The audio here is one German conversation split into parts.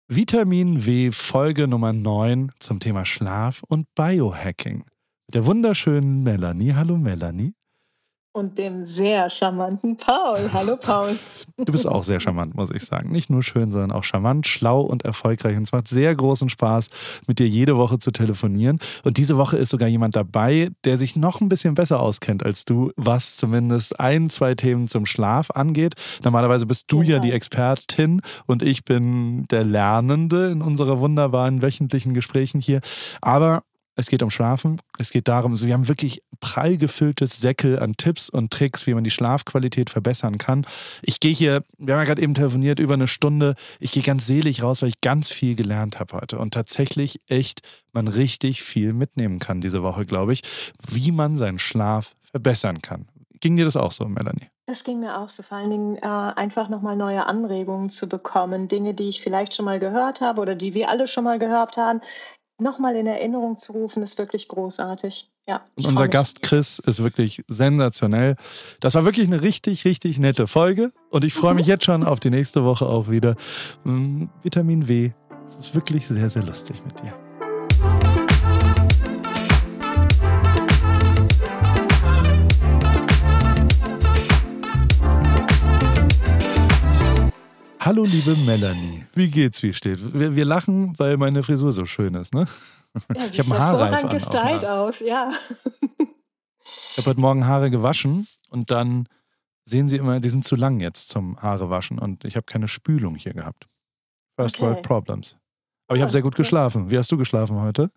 Vitamin W Folge Nummer 9 zum Thema Schlaf und Biohacking. Mit der wunderschönen Melanie. Hallo Melanie. Und dem sehr charmanten Paul. Hallo Paul. Du bist auch sehr charmant, muss ich sagen. Nicht nur schön, sondern auch charmant, schlau und erfolgreich. Und es macht sehr großen Spaß, mit dir jede Woche zu telefonieren. Und diese Woche ist sogar jemand dabei, der sich noch ein bisschen besser auskennt als du, was zumindest 2 Themen zum Schlaf angeht. Normalerweise bist du ja die Expertin und ich bin der Lernende in unserer wunderbaren wöchentlichen Gesprächen hier. Aber es geht um Schlafen, es geht darum, wir haben wirklich prall gefülltes Säckel an Tipps und Tricks, wie man die Schlafqualität verbessern kann. Ich gehe hier, wir haben ja gerade eben telefoniert, über eine Stunde, ich gehe ganz selig raus, weil ich ganz viel gelernt habe heute und tatsächlich echt man richtig viel mitnehmen kann diese Woche, glaube ich, wie man seinen Schlaf verbessern kann. Ging dir das auch so, Melanie? Das ging mir auch so, vor allen Dingen einfach nochmal neue Anregungen zu bekommen, Dinge, die ich vielleicht schon mal gehört habe oder die wir alle schon mal gehört haben. Nochmal in Erinnerung zu rufen, ist wirklich großartig. Ja, und unser Gast Chris ist wirklich sensationell. Das war wirklich eine richtig, richtig nette Folge. Und ich freue mich jetzt schon auf die nächste Woche auch wieder. Vitamin W. Es ist wirklich sehr, sehr lustig mit dir. Hallo liebe Melanie, wie geht's, wie steht? Wir lachen, weil meine Frisur so schön ist, ne? Ja, ich habe einen Haarreif an. Gestylt aus, ja. Ich habe heute Morgen Haare gewaschen und dann sehen sie immer, die sind zu lang jetzt zum Haarewaschen und ich habe keine Spülung hier gehabt. First World Problems. Aber ich habe sehr gut geschlafen. Wie hast du geschlafen heute?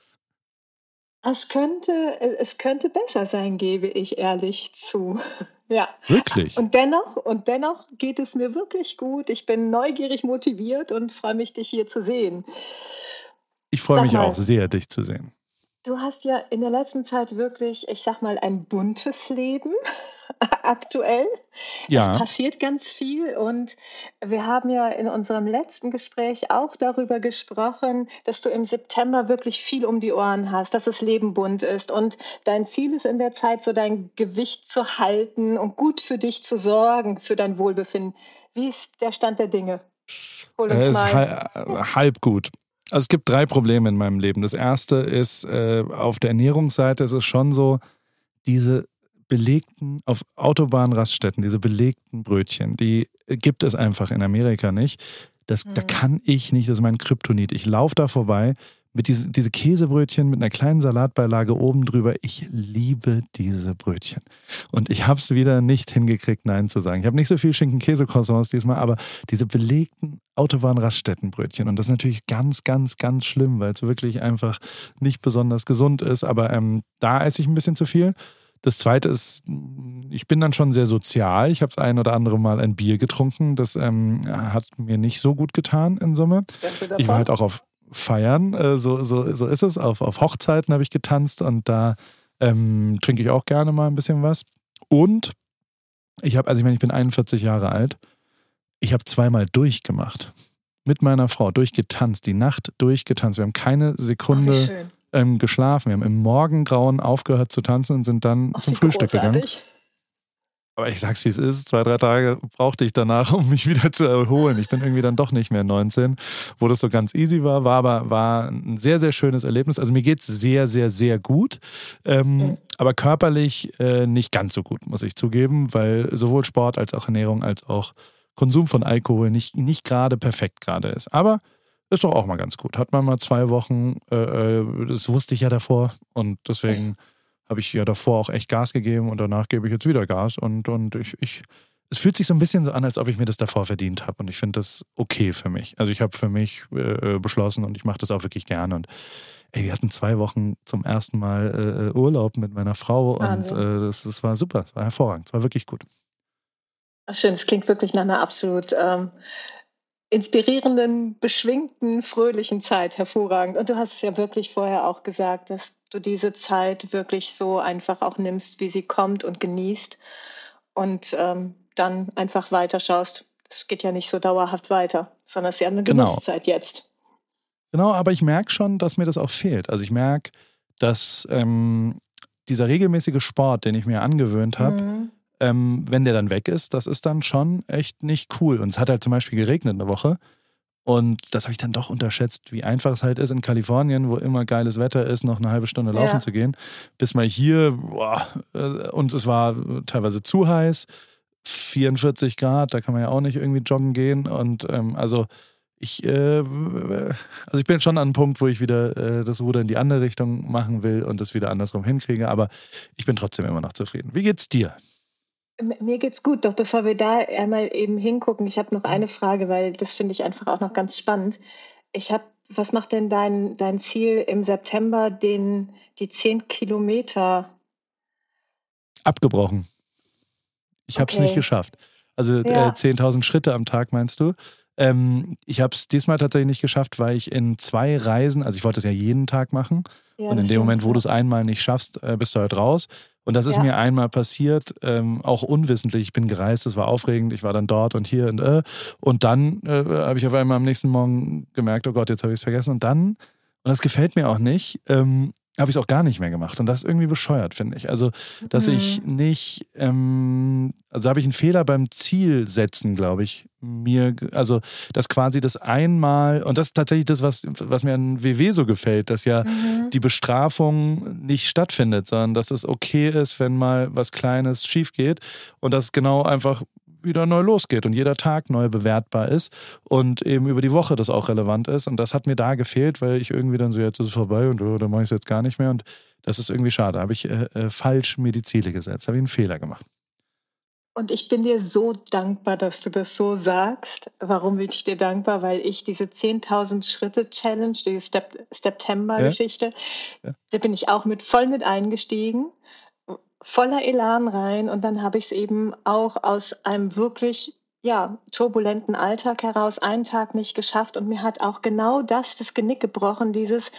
Es könnte besser sein, gebe ich ehrlich zu. Ja. Wirklich? Und dennoch geht es mir wirklich gut. Ich bin neugierig motiviert und freue mich, dich hier zu sehen. Ich freue mich auch sehr, dich zu sehen. Du hast ja in der letzten Zeit wirklich, ich sag mal, ein buntes Leben aktuell. Ja. Es passiert ganz viel und wir haben ja in unserem letzten Gespräch auch darüber gesprochen, dass du im September wirklich viel um die Ohren hast, dass das Leben bunt ist und dein Ziel ist in der Zeit, so dein Gewicht zu halten und gut für dich zu sorgen, für dein Wohlbefinden. Wie ist der Stand der Dinge? Hol uns mal. Halb gut. Also es gibt 3 Probleme in meinem Leben. Das erste ist, auf der Ernährungsseite ist es schon so, diese belegten, auf Autobahnraststätten, diese belegten Brötchen, die gibt es einfach in Amerika nicht. Da kann ich nicht, das ist mein Kryptonit. Ich laufe da vorbei mit diese Käsebrötchen mit einer kleinen Salatbeilage oben drüber. Ich liebe diese Brötchen. Und ich habe es wieder nicht hingekriegt, Nein zu sagen. Ich habe nicht so viel Schinken-Käse-Croissants diesmal, aber diese belegten Autobahn-Raststättenbrötchen. Und das ist natürlich ganz, ganz, ganz schlimm, weil es wirklich einfach nicht besonders gesund ist. Aber da esse ich ein bisschen zu viel. Das Zweite ist, ich bin dann schon sehr sozial. Ich habe das ein oder andere Mal ein Bier getrunken. Das hat mir nicht so gut getan in Summe. Ich war halt auch auf Feiern, so ist es. Auf Hochzeiten habe ich getanzt und da trinke ich auch gerne mal ein bisschen was. Und ich bin 41 Jahre alt. Ich habe 2-mal durchgemacht. Mit meiner Frau durchgetanzt, die Nacht durchgetanzt. Wir haben keine Sekunde geschlafen. Wir haben im Morgengrauen aufgehört zu tanzen und sind dann zum Frühstück gegangen. Aber ich sag's, wie es ist. 2-3 Tage brauchte ich danach, um mich wieder zu erholen. Ich bin irgendwie dann doch nicht mehr 19, wo das so ganz easy war. War ein sehr, sehr schönes Erlebnis. Also mir geht's sehr, sehr, sehr gut. Aber körperlich nicht ganz so gut, muss ich zugeben, weil sowohl Sport als auch Ernährung als auch Konsum von Alkohol nicht gerade perfekt gerade ist. Aber ist doch auch mal ganz gut. Hat man mal 2 Wochen, das wusste ich ja davor und deswegen habe ich ja davor auch echt Gas gegeben und danach gebe ich jetzt wieder Gas und es fühlt sich so ein bisschen so an, als ob ich mir das davor verdient habe und ich finde das okay für mich. Also ich habe für mich beschlossen und ich mache das auch wirklich gerne und wir hatten 2 Wochen zum ersten Mal Urlaub mit meiner Frau und das war super, es war hervorragend, es war wirklich gut. Ach schön, es klingt wirklich nach einer absolut inspirierenden, beschwingten, fröhlichen Zeit. Hervorragend. Und du hast es ja wirklich vorher auch gesagt, dass du diese Zeit wirklich so einfach auch nimmst, wie sie kommt und genießt und dann einfach weiterschaust. Es geht ja nicht so dauerhaft weiter, sondern es ist ja eine Genusszeit jetzt. Genau, aber ich merke schon, dass mir das auch fehlt. Also ich merke, dass dieser regelmäßige Sport, den ich mir angewöhnt habe, wenn der dann weg ist, das ist dann schon echt nicht cool. Und es hat halt zum Beispiel geregnet eine Woche Und das habe ich dann doch unterschätzt, wie einfach es halt ist in Kalifornien, wo immer geiles Wetter ist, noch eine halbe Stunde laufen zu gehen. Bis mal hier, und es war teilweise zu heiß, 44 Grad, da kann man ja auch nicht irgendwie joggen gehen. Und ich bin schon an einem Punkt, wo ich wieder das Ruder in die andere Richtung machen will und das wieder andersrum hinkriege. Aber ich bin trotzdem immer noch zufrieden. Wie geht's dir? Mir geht's gut, doch bevor wir da einmal eben hingucken, ich habe noch eine Frage, weil das finde ich einfach auch noch ganz spannend. Was macht denn dein Ziel im September, die 10 Kilometer? Abgebrochen. Ich habe es nicht Okay, geschafft. Also ja, 10.000 Schritte am Tag, meinst du? Ich habe es diesmal tatsächlich nicht geschafft, weil ich in 2 Reisen, also ich wollte es ja jeden Tag machen ja, und in das dem Moment, stimmt, wo du ja. es einmal nicht schaffst, bist du halt raus. Und das ist Ja, mir einmal passiert, auch unwissentlich. Ich bin gereist, es war aufregend, ich war dann dort und hier und dann habe ich auf einmal am nächsten Morgen gemerkt, oh Gott, jetzt habe ich es vergessen. Und das gefällt mir auch nicht, habe ich es auch gar nicht mehr gemacht. Und das ist irgendwie bescheuert, finde ich. Also, dass ich mhm, nicht, also habe ich einen Fehler beim Zielsetzen, glaube ich, also, dass quasi das einmal, und das ist tatsächlich das, was mir an WW so gefällt, dass ja mhm. die Bestrafung nicht stattfindet, sondern dass es okay ist, wenn mal was Kleines schief geht und dass es genau einfach wieder neu losgeht und jeder Tag neu bewertbar ist und eben über die Woche das auch relevant ist. Und das hat mir da gefehlt, weil ich irgendwie dann so, jetzt ist es vorbei und dann mache ich es jetzt gar nicht mehr. Und das ist irgendwie schade. Habe ich falsch mir die Ziele gesetzt, habe ich einen Fehler gemacht. Und ich bin dir so dankbar, dass du das so sagst. Warum bin ich dir dankbar? Weil ich diese 10.000 Schritte Challenge, die Ja, September-Geschichte, ja. da bin ich auch voll mit eingestiegen, voller Elan rein. Und dann habe ich es eben auch aus einem wirklich, ja, turbulenten Alltag heraus einen Tag nicht geschafft. Und mir hat auch genau das Genick gebrochen,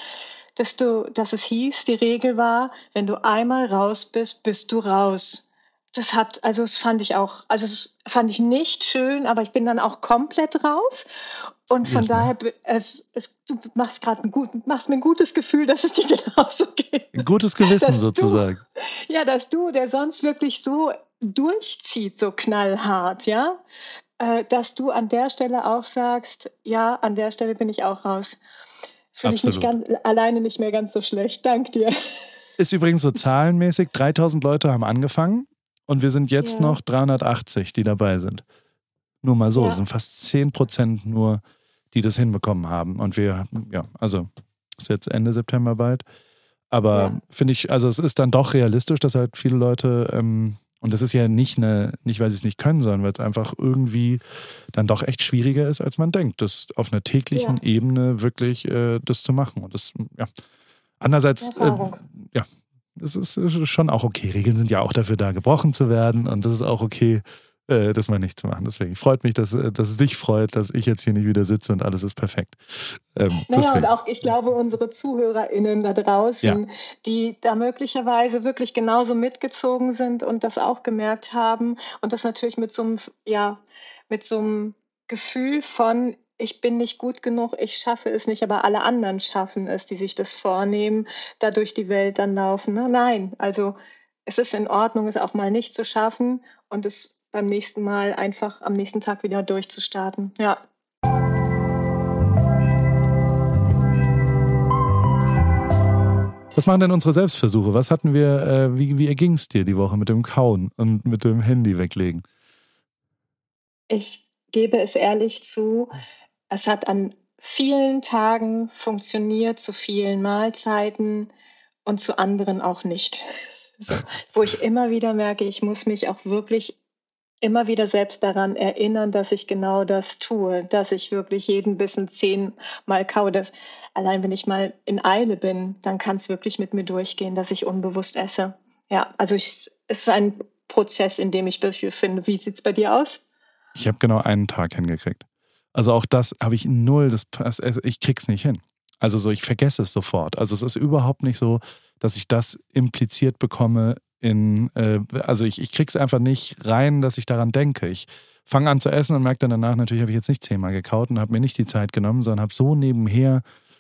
dass es hieß, die Regel war, wenn du einmal raus bist, bist du raus. Das fand ich auch, also das fand ich nicht schön, aber ich bin dann auch komplett raus. Und von Wild, daher, ne? du machst mir ein gutes Gefühl, dass es dir genauso geht. Ein gutes Gewissen Dass du, sozusagen. ja, dass du, der sonst wirklich so durchzieht, so knallhart, ja, dass du an der Stelle auch sagst, ja, an der Stelle bin ich auch raus. Fühle ich mich Absolut. alleine nicht mehr ganz so schlecht. Dank dir. Ist übrigens so zahlenmäßig, 3.000 Leute haben angefangen und wir sind jetzt Ja, noch 380, die dabei sind. Nur mal so, es ja, sind fast 10% nur, die das hinbekommen haben. Und wir, ja, also ist jetzt Ende September bald. Aber ja. finde ich, also es ist dann doch realistisch, dass halt viele Leute, und das ist ja nicht weil sie es nicht können, sondern weil es einfach irgendwie dann doch echt schwieriger ist, als man denkt, das auf einer täglichen Ja, Ebene wirklich das zu machen. Und das, ja. Andererseits, Erfahrung. ja, es ist schon auch okay. Regeln sind ja auch dafür da, gebrochen zu werden. Und das ist auch okay, das mal nicht zu machen. Deswegen freut mich, dass es dich freut, dass ich jetzt hier nicht wieder sitze und alles ist perfekt. Naja, und Deswegen, auch ich glaube, unsere ZuhörerInnen da ja, draußen, die da möglicherweise wirklich genauso mitgezogen sind und das auch gemerkt haben und das natürlich mit so einem Gefühl von: „Ich bin nicht gut genug, ich schaffe es nicht, aber alle anderen schaffen es“, die sich das vornehmen, da durch die Welt dann laufen, ne? Nein, also, es ist in Ordnung, es auch mal nicht zu schaffen und es beim nächsten Mal einfach am nächsten Tag wieder durchzustarten. Ja. was machen denn unsere Selbstversuche? Was hatten wir, wie erging es dir die Woche mit dem Kauen und mit dem Handy weglegen? Ich gebe es ehrlich zu, es hat an vielen Tagen funktioniert, zu vielen Mahlzeiten und zu anderen auch nicht. So, wo ich immer wieder merke, ich muss mich auch wirklich immer wieder selbst daran erinnern, dass ich genau das tue, dass ich wirklich jeden Bissen 10-mal kaue. Allein wenn ich mal in Eile bin, dann kann es wirklich mit mir durchgehen, dass ich unbewusst esse. Ja, also es ist ein Prozess, in dem ich durchfinde. Wie sieht's bei dir aus? Ich habe genau einen Tag hingekriegt. Also auch das habe ich null, ich krieg's nicht hin. Also so, ich vergesse es sofort. Also es ist überhaupt nicht so, dass ich das impliziert bekomme also ich krieg's einfach nicht rein, dass ich daran denke. Ich fange an zu essen und merke dann danach, natürlich habe ich jetzt nicht 10-mal gekaut und habe mir nicht die Zeit genommen, sondern habe so nebenher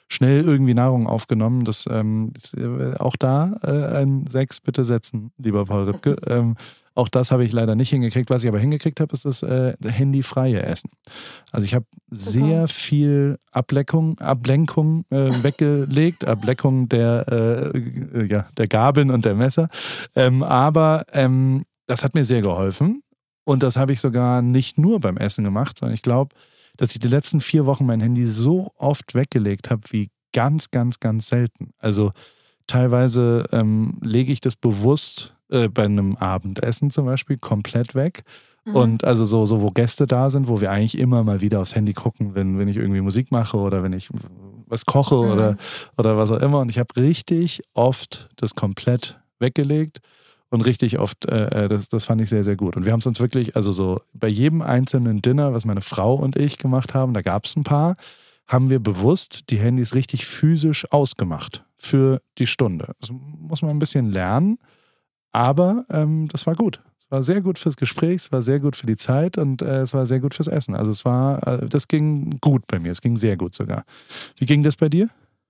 schnell irgendwie Nahrung aufgenommen. Das ist, auch da ein 6 bitte setzen, lieber Paul Ripke. Auch das habe ich leider nicht hingekriegt. Was ich aber hingekriegt habe, ist das handyfreie Essen. Also ich habe sehr viel Ablenkung weggelegt, Ablenkung der Gabeln und der Messer. Aber das hat mir sehr geholfen. Und das habe ich sogar nicht nur beim Essen gemacht, sondern ich glaube, dass ich die letzten 4 Wochen mein Handy so oft weggelegt habe, wie ganz, ganz, ganz selten. Also teilweise lege ich das bewusst bei einem Abendessen zum Beispiel komplett weg. Und also so, wo Gäste da sind, wo wir eigentlich immer mal wieder aufs Handy gucken, wenn ich irgendwie Musik mache oder wenn ich was koche oder was auch immer. Und ich habe richtig oft das komplett weggelegt. Und richtig oft, das fand ich sehr, sehr gut. Und wir haben es uns wirklich, also so bei jedem einzelnen Dinner, was meine Frau und ich gemacht haben, da gab es ein paar, haben wir bewusst die Handys richtig physisch ausgemacht für die Stunde. Das muss man ein bisschen lernen, aber das war gut. Es war sehr gut fürs Gespräch, es war sehr gut für die Zeit und es war sehr gut fürs Essen. Also das ging gut bei mir, es ging sehr gut sogar. Wie ging das bei dir?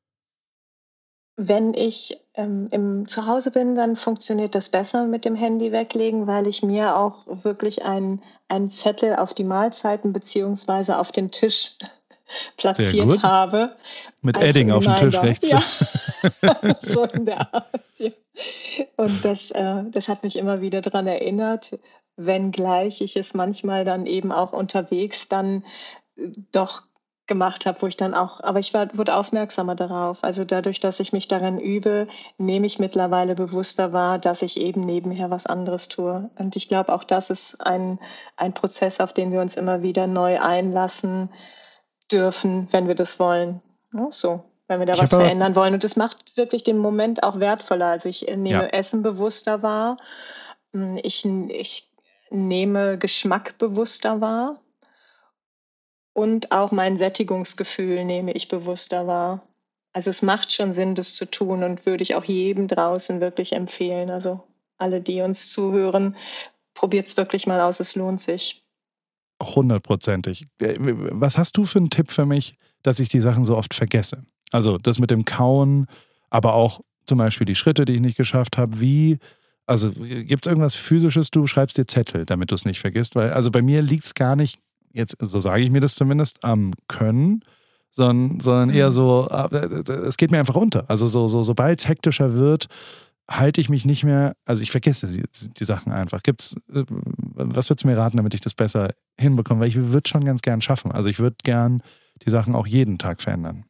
Wenn ich, im Zuhause bin, dann funktioniert das besser mit dem Handy weglegen, weil ich mir auch wirklich einen Zettel auf die Mahlzeiten beziehungsweise auf den Tisch Sehr platziert gut. habe Mit als Edding auf dem Tisch Reminder. rechts. Ja, so in der Art, ja. Und das hat mich immer wieder dran erinnert, wenngleich ich es manchmal dann eben auch unterwegs dann, doch gemacht habe, wo ich dann auch aber ich wurde aufmerksamer darauf. Also, dadurch, dass ich mich darin übe, nehme ich mittlerweile bewusster wahr, dass ich eben nebenher was anderes tue. Und ich glaube, auch das ist ein Prozess, auf den wir uns immer wieder neu einlassen dürfen, wenn wir das wollen, ne, so, wenn wir da Ich was habe aber, verändern wollen. Und das macht wirklich den Moment auch wertvoller. Also, ich, ja, nehme Essen bewusster wahr. Ich nehme Geschmack bewusster wahr und auch mein Sättigungsgefühl nehme ich bewusster wahr. Also, es macht schon Sinn, das zu tun und würde ich auch jedem draußen wirklich empfehlen. Also, alle, die uns zuhören, probiert's wirklich mal aus, es lohnt sich. 100%ig. Was hast du für einen Tipp für mich, dass ich die Sachen so oft vergesse? Also das mit dem Kauen, aber auch zum Beispiel die Schritte, die ich nicht geschafft habe. Also gibt es irgendwas Physisches? Du schreibst dir Zettel, damit du es nicht vergisst. Weil, also bei mir liegt es gar nicht, jetzt, so sage ich mir das zumindest, am Können, sondern eher Mhm. so, es geht mir einfach unter. Also sobald es hektischer wird, halte ich mich nicht mehr, also ich vergesse die Sachen einfach. Was würdest du mir raten, damit ich das besser hinbekomme? Weil ich würde es schon ganz gern schaffen. Also ich würde gern die Sachen auch jeden Tag verändern.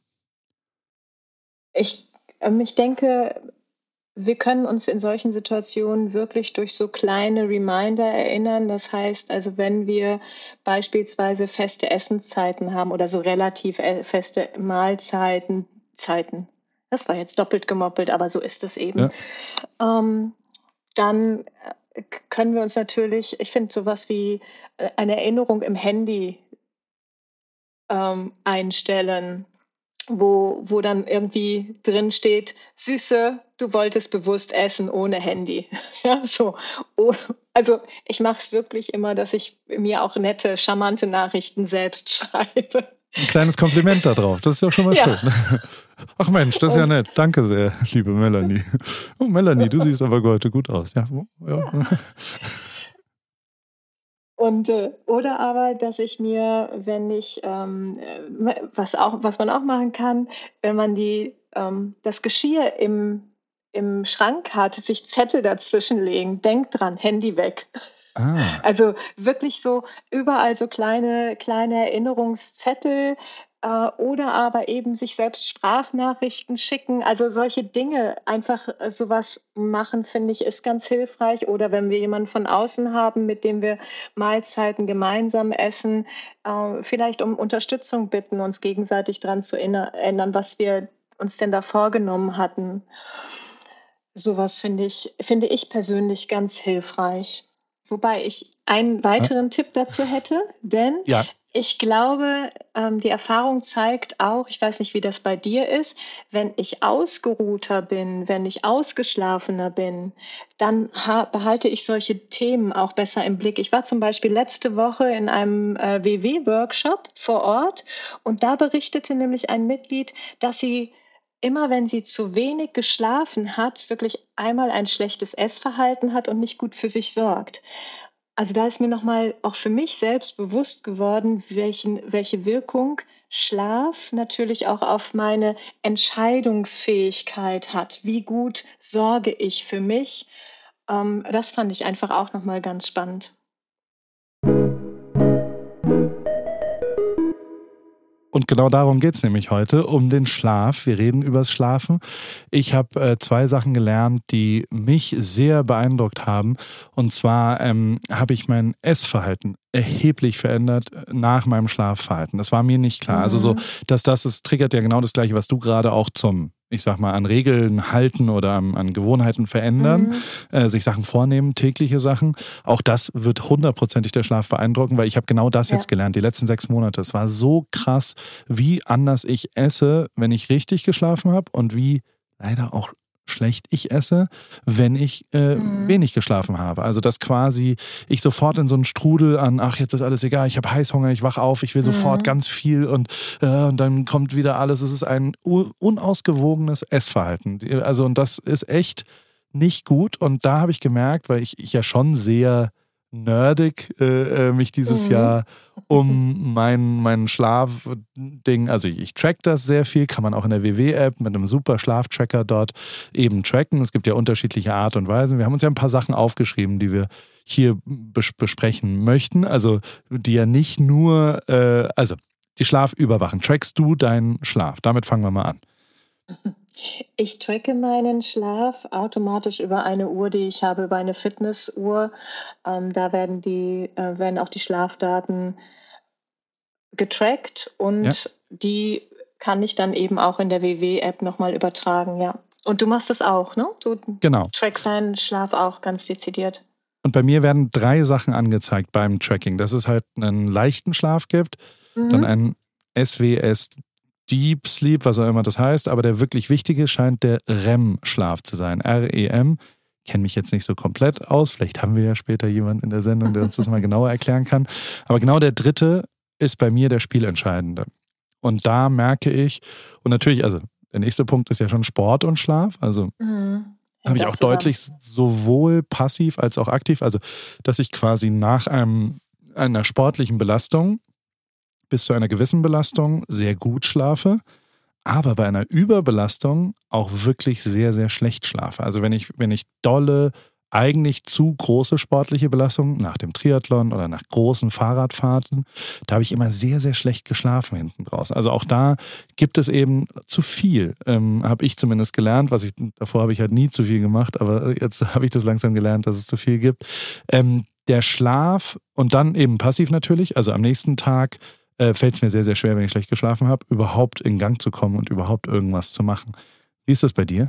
Ich denke, wir können uns in solchen Situationen wirklich durch so kleine Reminder erinnern. Das heißt also, wenn wir beispielsweise feste Essenszeiten haben oder so relativ, feste Zeiten. Das war jetzt doppelt gemoppelt, aber so ist es eben. Ja. Ähm, dann, können wir uns natürlich ich finde sowas wie, eine Erinnerung im Handy, einstellen, wo dann irgendwie drin steht: „Süße, du wolltest bewusst essen ohne Handy." Ja, so. O also, ich mache es wirklich immer, dass ich mir auch nette, charmante Nachrichten selbst schreibe. Ein kleines Kompliment da drauf, das ist ja schon mal Ja, schön. Ach Mensch, das ist ja und nett. Danke sehr, liebe Melanie. Oh, Melanie, du siehst aber heute gut aus. Ja, ja. ja. Und, oder aber, dass ich mir, wenn ich, was man auch machen kann, wenn man das Geschirr im Schrank hat, sich Zettel dazwischenlegen: „Denk dran, Handy weg." Ah, Also, wirklich so überall so kleine Erinnerungszettel, oder aber eben sich selbst Sprachnachrichten schicken. Also, solche Dinge, einfach, so machen, finde ich, ist ganz hilfreich. Oder wenn wir jemanden von außen haben, mit dem wir Mahlzeiten gemeinsam essen, vielleicht um Unterstützung bitten, uns gegenseitig dran zu erinnern, was wir uns denn da vorgenommen hatten. Sowas finde ich persönlich ganz hilfreich. Wobei ich einen ah, weiteren Tipp dazu hätte, denn ja, Ich glaube, die Erfahrung zeigt auch, ich weiß nicht, wie das bei dir ist, wenn ich ausgeruhter bin, wenn ich ausgeschlafener bin, dann behalte ich solche Themen auch besser im Blick. Ich war zum Beispiel letzte Woche in einem WW-Workshop vor Ort und da berichtete nämlich ein Mitglied, dass sie immer, wenn sie zu wenig geschlafen hat, wirklich einmal ein schlechtes Essverhalten hat und nicht gut für sich sorgt. Also, da ist mir noch mal auch für mich selbst bewusst geworden, welche Wirkung Schlaf natürlich auch auf meine Entscheidungsfähigkeit hat. Wie gut sorge ich für mich? Das fand ich einfach auch noch mal ganz spannend. Und genau darum geht es nämlich heute, um den Schlaf. Wir reden übers Schlafen. Ich habe 2 Sachen gelernt, die mich sehr beeindruckt haben. Und zwar habe ich mein Essverhalten erheblich verändert nach meinem Schlafverhalten. Das war mir nicht klar. Also so, Mhm. es triggert ja genau das Gleiche, was du gerade auch zum, ich sag mal, an Regeln halten oder an Gewohnheiten verändern, Mhm. sich Sachen vornehmen, tägliche Sachen. Auch das wird hundertprozentig der Schlaf beeindrucken, weil ich habe genau das Ja. jetzt gelernt, die letzten 6 Monate. Es war so krass, wie anders ich esse, wenn ich richtig geschlafen habe und wie leider auch schlecht ich esse, wenn ich Mhm. wenig geschlafen habe. Also dass quasi ich sofort in so einen Strudel an, ach, jetzt ist alles egal, ich habe Heißhunger, ich wach auf, ich will sofort Mhm. ganz viel und dann kommt wieder alles. Es ist ein unausgewogenes Essverhalten. Also und das ist echt nicht gut und da habe ich gemerkt, weil ich ja schon sehr nerdig mich dieses Mhm. Jahr um mein Schlafding, also ich track das sehr viel, kann man auch in der WW-App mit einem super Schlaftracker dort eben tracken. Es gibt ja unterschiedliche Art und Weisen. Wir haben uns ja ein paar Sachen aufgeschrieben, die wir hier besprechen möchten. Also die ja nicht nur, also die Schlafüberwachen. Trackst du deinen Schlaf? Damit fangen wir mal an. Ich tracke meinen Schlaf automatisch über eine Uhr, die ich habe, über eine Fitnessuhr. Da werden auch die Schlafdaten getrackt Ja, und die kann ich dann eben auch in der WW-App noch mal übertragen, ja. Und du machst das auch, ne? Du genau. trackst deinen Schlaf auch ganz dezidiert? Und bei mir werden 3 Sachen angezeigt beim Tracking, dass es halt einen leichten Schlaf gibt, dann Mhm. ein SWS Deep Sleep, was auch immer das heißt, aber der wirklich wichtige scheint der REM-Schlaf zu sein. REM. Kenne mich jetzt nicht so komplett aus. Vielleicht haben wir ja später jemanden in der Sendung, der uns das mal genauer erklären kann. Aber genau der dritte ist bei mir der Spielentscheidende. Und da merke ich, und natürlich, also der nächste Punkt ist ja schon Sport und Schlaf. Also Mhm. habe Hängt ich auch auch zusammen. deutlich sowohl passiv als auch aktiv, also dass ich quasi nach einer sportlichen Belastung bis zu einer gewissen Belastung sehr gut schlafe, aber bei einer Überbelastung auch wirklich sehr, sehr schlecht schlafe. Also wenn ich dolle, eigentlich zu große sportliche Belastung nach dem Triathlon oder nach großen Fahrradfahrten, da habe ich immer sehr, sehr schlecht geschlafen hinten draus. Also auch da gibt es eben zu viel, habe ich zumindest gelernt. Davor habe ich halt nie zu viel gemacht, aber jetzt habe ich das langsam gelernt, dass es zu viel gibt. Der Schlaf und dann eben passiv natürlich, also am nächsten Tag fällt es mir sehr, sehr schwer, wenn ich schlecht geschlafen habe, überhaupt in Gang zu kommen und überhaupt irgendwas zu machen. Wie ist das bei dir?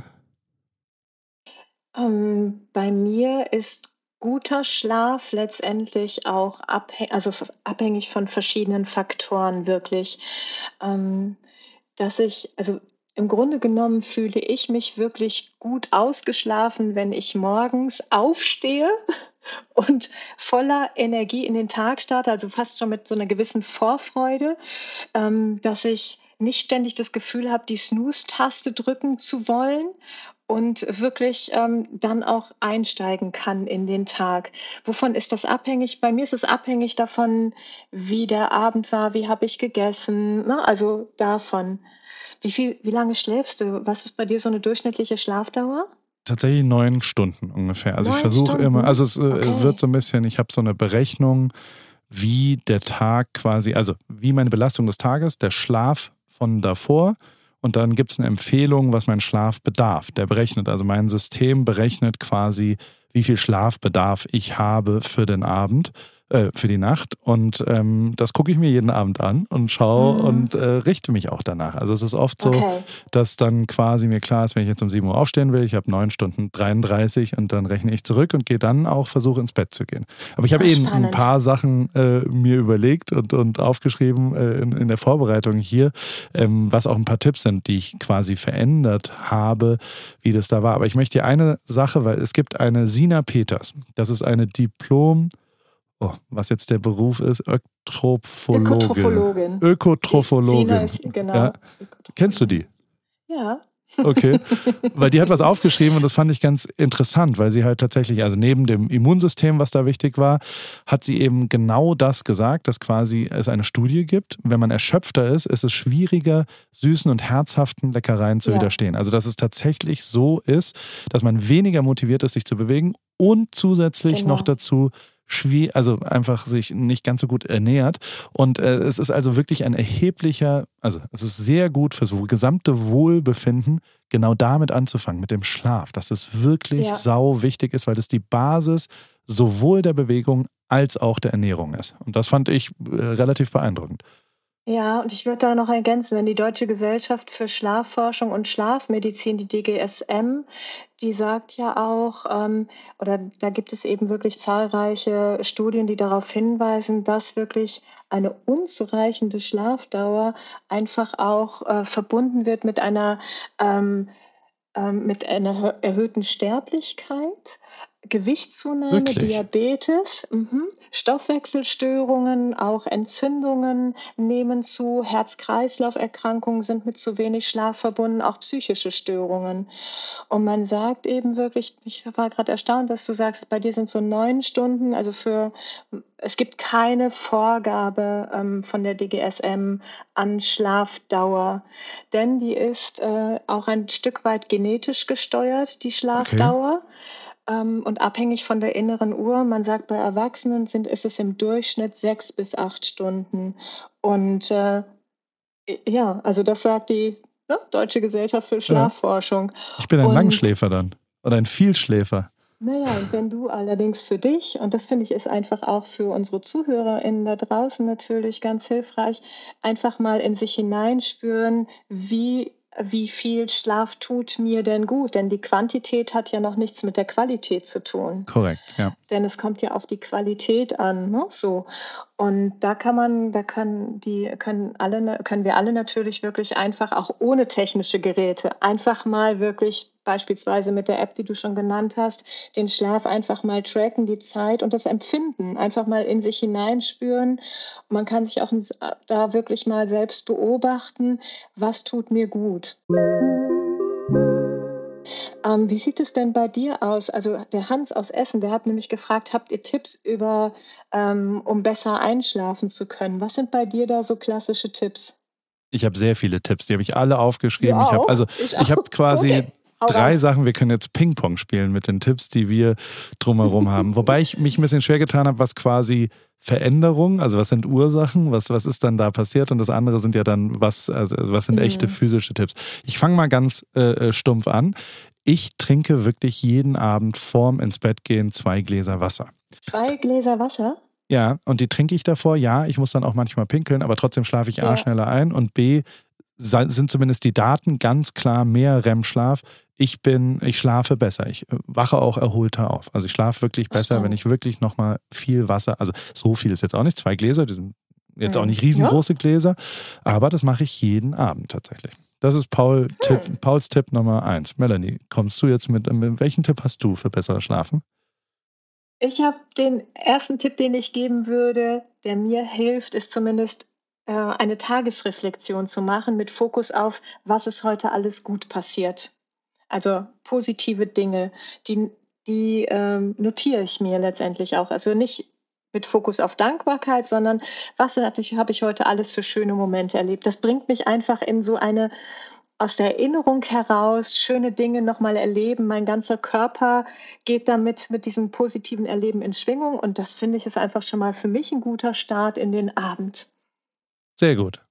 Bei mir ist guter Schlaf letztendlich auch abhängig von verschiedenen Faktoren wirklich. Ähm, im Grunde genommen fühle ich mich wirklich gut ausgeschlafen, wenn ich morgens aufstehe und voller Energie in den Tag starte, also fast schon mit so einer gewissen Vorfreude, dass ich nicht ständig das Gefühl habe, die Snooze-Taste drücken zu wollen und wirklich, dann auch einsteigen kann in den Tag. Wovon ist das abhängig? Bei mir ist es abhängig davon, wie der Abend war, wie habe ich gegessen, ne? Also davon. Wie lange schläfst du? Was ist bei dir so eine durchschnittliche Schlafdauer? Tatsächlich 9 Stunden ungefähr. Also ich 9 versuche immer, Stunden? also es wird Okay. so ein bisschen, ich habe so eine Berechnung, wie der Tag quasi, also wie meine Belastung des Tages, der Schlaf von davor und dann gibt es eine Empfehlung, was mein Schlaf bedarf. Der berechnet, also mein System berechnet quasi, wie viel Schlafbedarf ich habe für den Abend, für die Nacht. Und das gucke ich mir jeden Abend an und schaue und richte mich auch danach. Also es ist oft so, Okay. dass dann quasi mir klar ist, wenn ich jetzt um 7 Uhr aufstehen will, ich habe 9 Stunden 33 und dann rechne ich zurück und gehe dann auch versuche ins Bett zu gehen. Aber ich habe Ach, ein spannend. paar Sachen mir überlegt und aufgeschrieben in der Vorbereitung hier, was auch ein paar Tipps sind, die ich quasi verändert habe, wie das da war. Aber ich möchte dir eine Sache, weil es gibt eine Sina Peters. Das ist eine was jetzt der Beruf ist, Ökotrophologin. Sina Ökotrophologin. ist, Ja. genau, Kennst du die? Ökotrophologin. Ja. Okay, weil die hat was aufgeschrieben und das fand ich ganz interessant, weil sie halt tatsächlich, also neben dem Immunsystem, was da wichtig war, hat sie eben genau das gesagt, dass quasi es eine Studie gibt. Wenn man erschöpfter ist es schwieriger, süßen und herzhaften Leckereien zu Ja, widerstehen. Also dass es tatsächlich so ist, dass man weniger motiviert ist, sich zu bewegen und zusätzlich noch genau. dazu also einfach sich nicht ganz so gut ernährt. Und es ist also wirklich ein erheblicher, also es ist sehr gut fürs gesamte Wohlbefinden, genau damit anzufangen, mit dem Schlaf, dass es wirklich Ja. sau wichtig ist, weil das die Basis sowohl der Bewegung als auch der Ernährung ist. Und das fand ich relativ beeindruckend. Ja, und ich würde da noch ergänzen, wenn die Deutsche Gesellschaft für Schlafforschung und Schlafmedizin, die DGSM, die sagt ja auch, oder da gibt es eben wirklich zahlreiche Studien, die darauf hinweisen, dass wirklich eine unzureichende Schlafdauer einfach auch verbunden wird ähm, mit einer erhöhten Sterblichkeit, Gewichtszunahme, Wirklich? Diabetes, Stoffwechselstörungen, auch Entzündungen nehmen zu, Herz-Kreislauf-Erkrankungen sind mit zu wenig Schlaf verbunden, auch psychische Störungen. Und man sagt eben wirklich, ich war gerade erstaunt, dass du sagst, bei dir sind so 9 Stunden, also es gibt keine Vorgabe von der DGSM an Schlafdauer, denn die ist auch ein Stück weit genetisch gesteuert, die Okay. Schlafdauer, und abhängig von der inneren Uhr. Man sagt, bei Erwachsenen ist es im Durchschnitt 6 bis 8 Stunden. Und ja, also das sagt die, ne, Deutsche Gesellschaft für Ja. Schlafforschung. Ich bin ein Und Langschläfer dann. Oder ein Vielschläfer. naja, und wenn du allerdings für dich, und das finde ich ist einfach auch für unsere ZuhörerInnen da draußen natürlich ganz hilfreich, einfach mal in sich hineinspüren, wie viel Schlaf tut mir denn gut? Denn die Quantität hat ja noch nichts mit der Qualität zu tun. Korrekt, ja. Denn es kommt ja auf die Qualität an, ne, so. Und können wir alle natürlich wirklich einfach auch ohne technische Geräte einfach mal wirklich beispielsweise mit der App, die du schon genannt hast, den Schlaf einfach mal tracken, die Zeit und das Empfinden, einfach mal in sich hineinspüren. Man kann sich auch da wirklich mal selbst beobachten, was tut mir gut. Wie sieht es denn bei dir aus? Also der Hans aus Essen, der hat nämlich gefragt, habt ihr Tipps um besser einschlafen zu können? Was sind bei dir da so klassische Tipps? Ich habe sehr viele Tipps, die habe ich alle Du aufgeschrieben. auch? Ich Ich habe auch. quasi Okay, hau 3 raus. Sachen. Wir können jetzt Ping-Pong spielen mit den Tipps, die wir drumherum haben. Wobei ich mich ein bisschen schwer getan habe, was quasi Veränderung, also was sind Ursachen, was ist dann da passiert und das andere sind ja dann, was sind echte Mhm. physische Tipps. Ich fange mal ganz stumpf an. Ich trinke wirklich jeden Abend vorm ins Bett gehen 2 Gläser Wasser. 2 Gläser Wasser? Ja, und die trinke ich davor. Ja, ich muss dann auch manchmal pinkeln, aber trotzdem schlafe ich A Ja. schneller ein und B sind zumindest die Daten ganz klar mehr REM-Schlaf. Ich schlafe besser. Ich wache auch erholter auf. Also ich schlafe wirklich Ach besser, wenn so. ich wirklich nochmal viel Wasser, also so viel ist jetzt auch nicht, 2 Gläser, die sind jetzt auch nicht Ja. riesengroße Gläser, aber das mache ich jeden Abend tatsächlich. Das ist Hm. Pauls Tipp Nummer 1. Melanie, kommst du jetzt mit welchen Tipp hast du für besseres Schlafen? Ich habe den ersten Tipp, den ich geben würde, der mir hilft, ist zumindest eine Tagesreflexion zu machen mit Fokus auf, was ist heute alles gut passiert. Also positive Dinge, die notiere ich mir letztendlich auch. Also nicht mit Fokus auf Dankbarkeit, sondern habe ich heute alles für schöne Momente erlebt. Das bringt mich einfach in so eine aus der Erinnerung heraus schöne Dinge noch mal erleben. Mein ganzer Körper geht damit mit diesem positiven Erleben in Schwingung und das finde ich ist einfach schon mal für mich ein guter Start in den Abend. Sehr gut.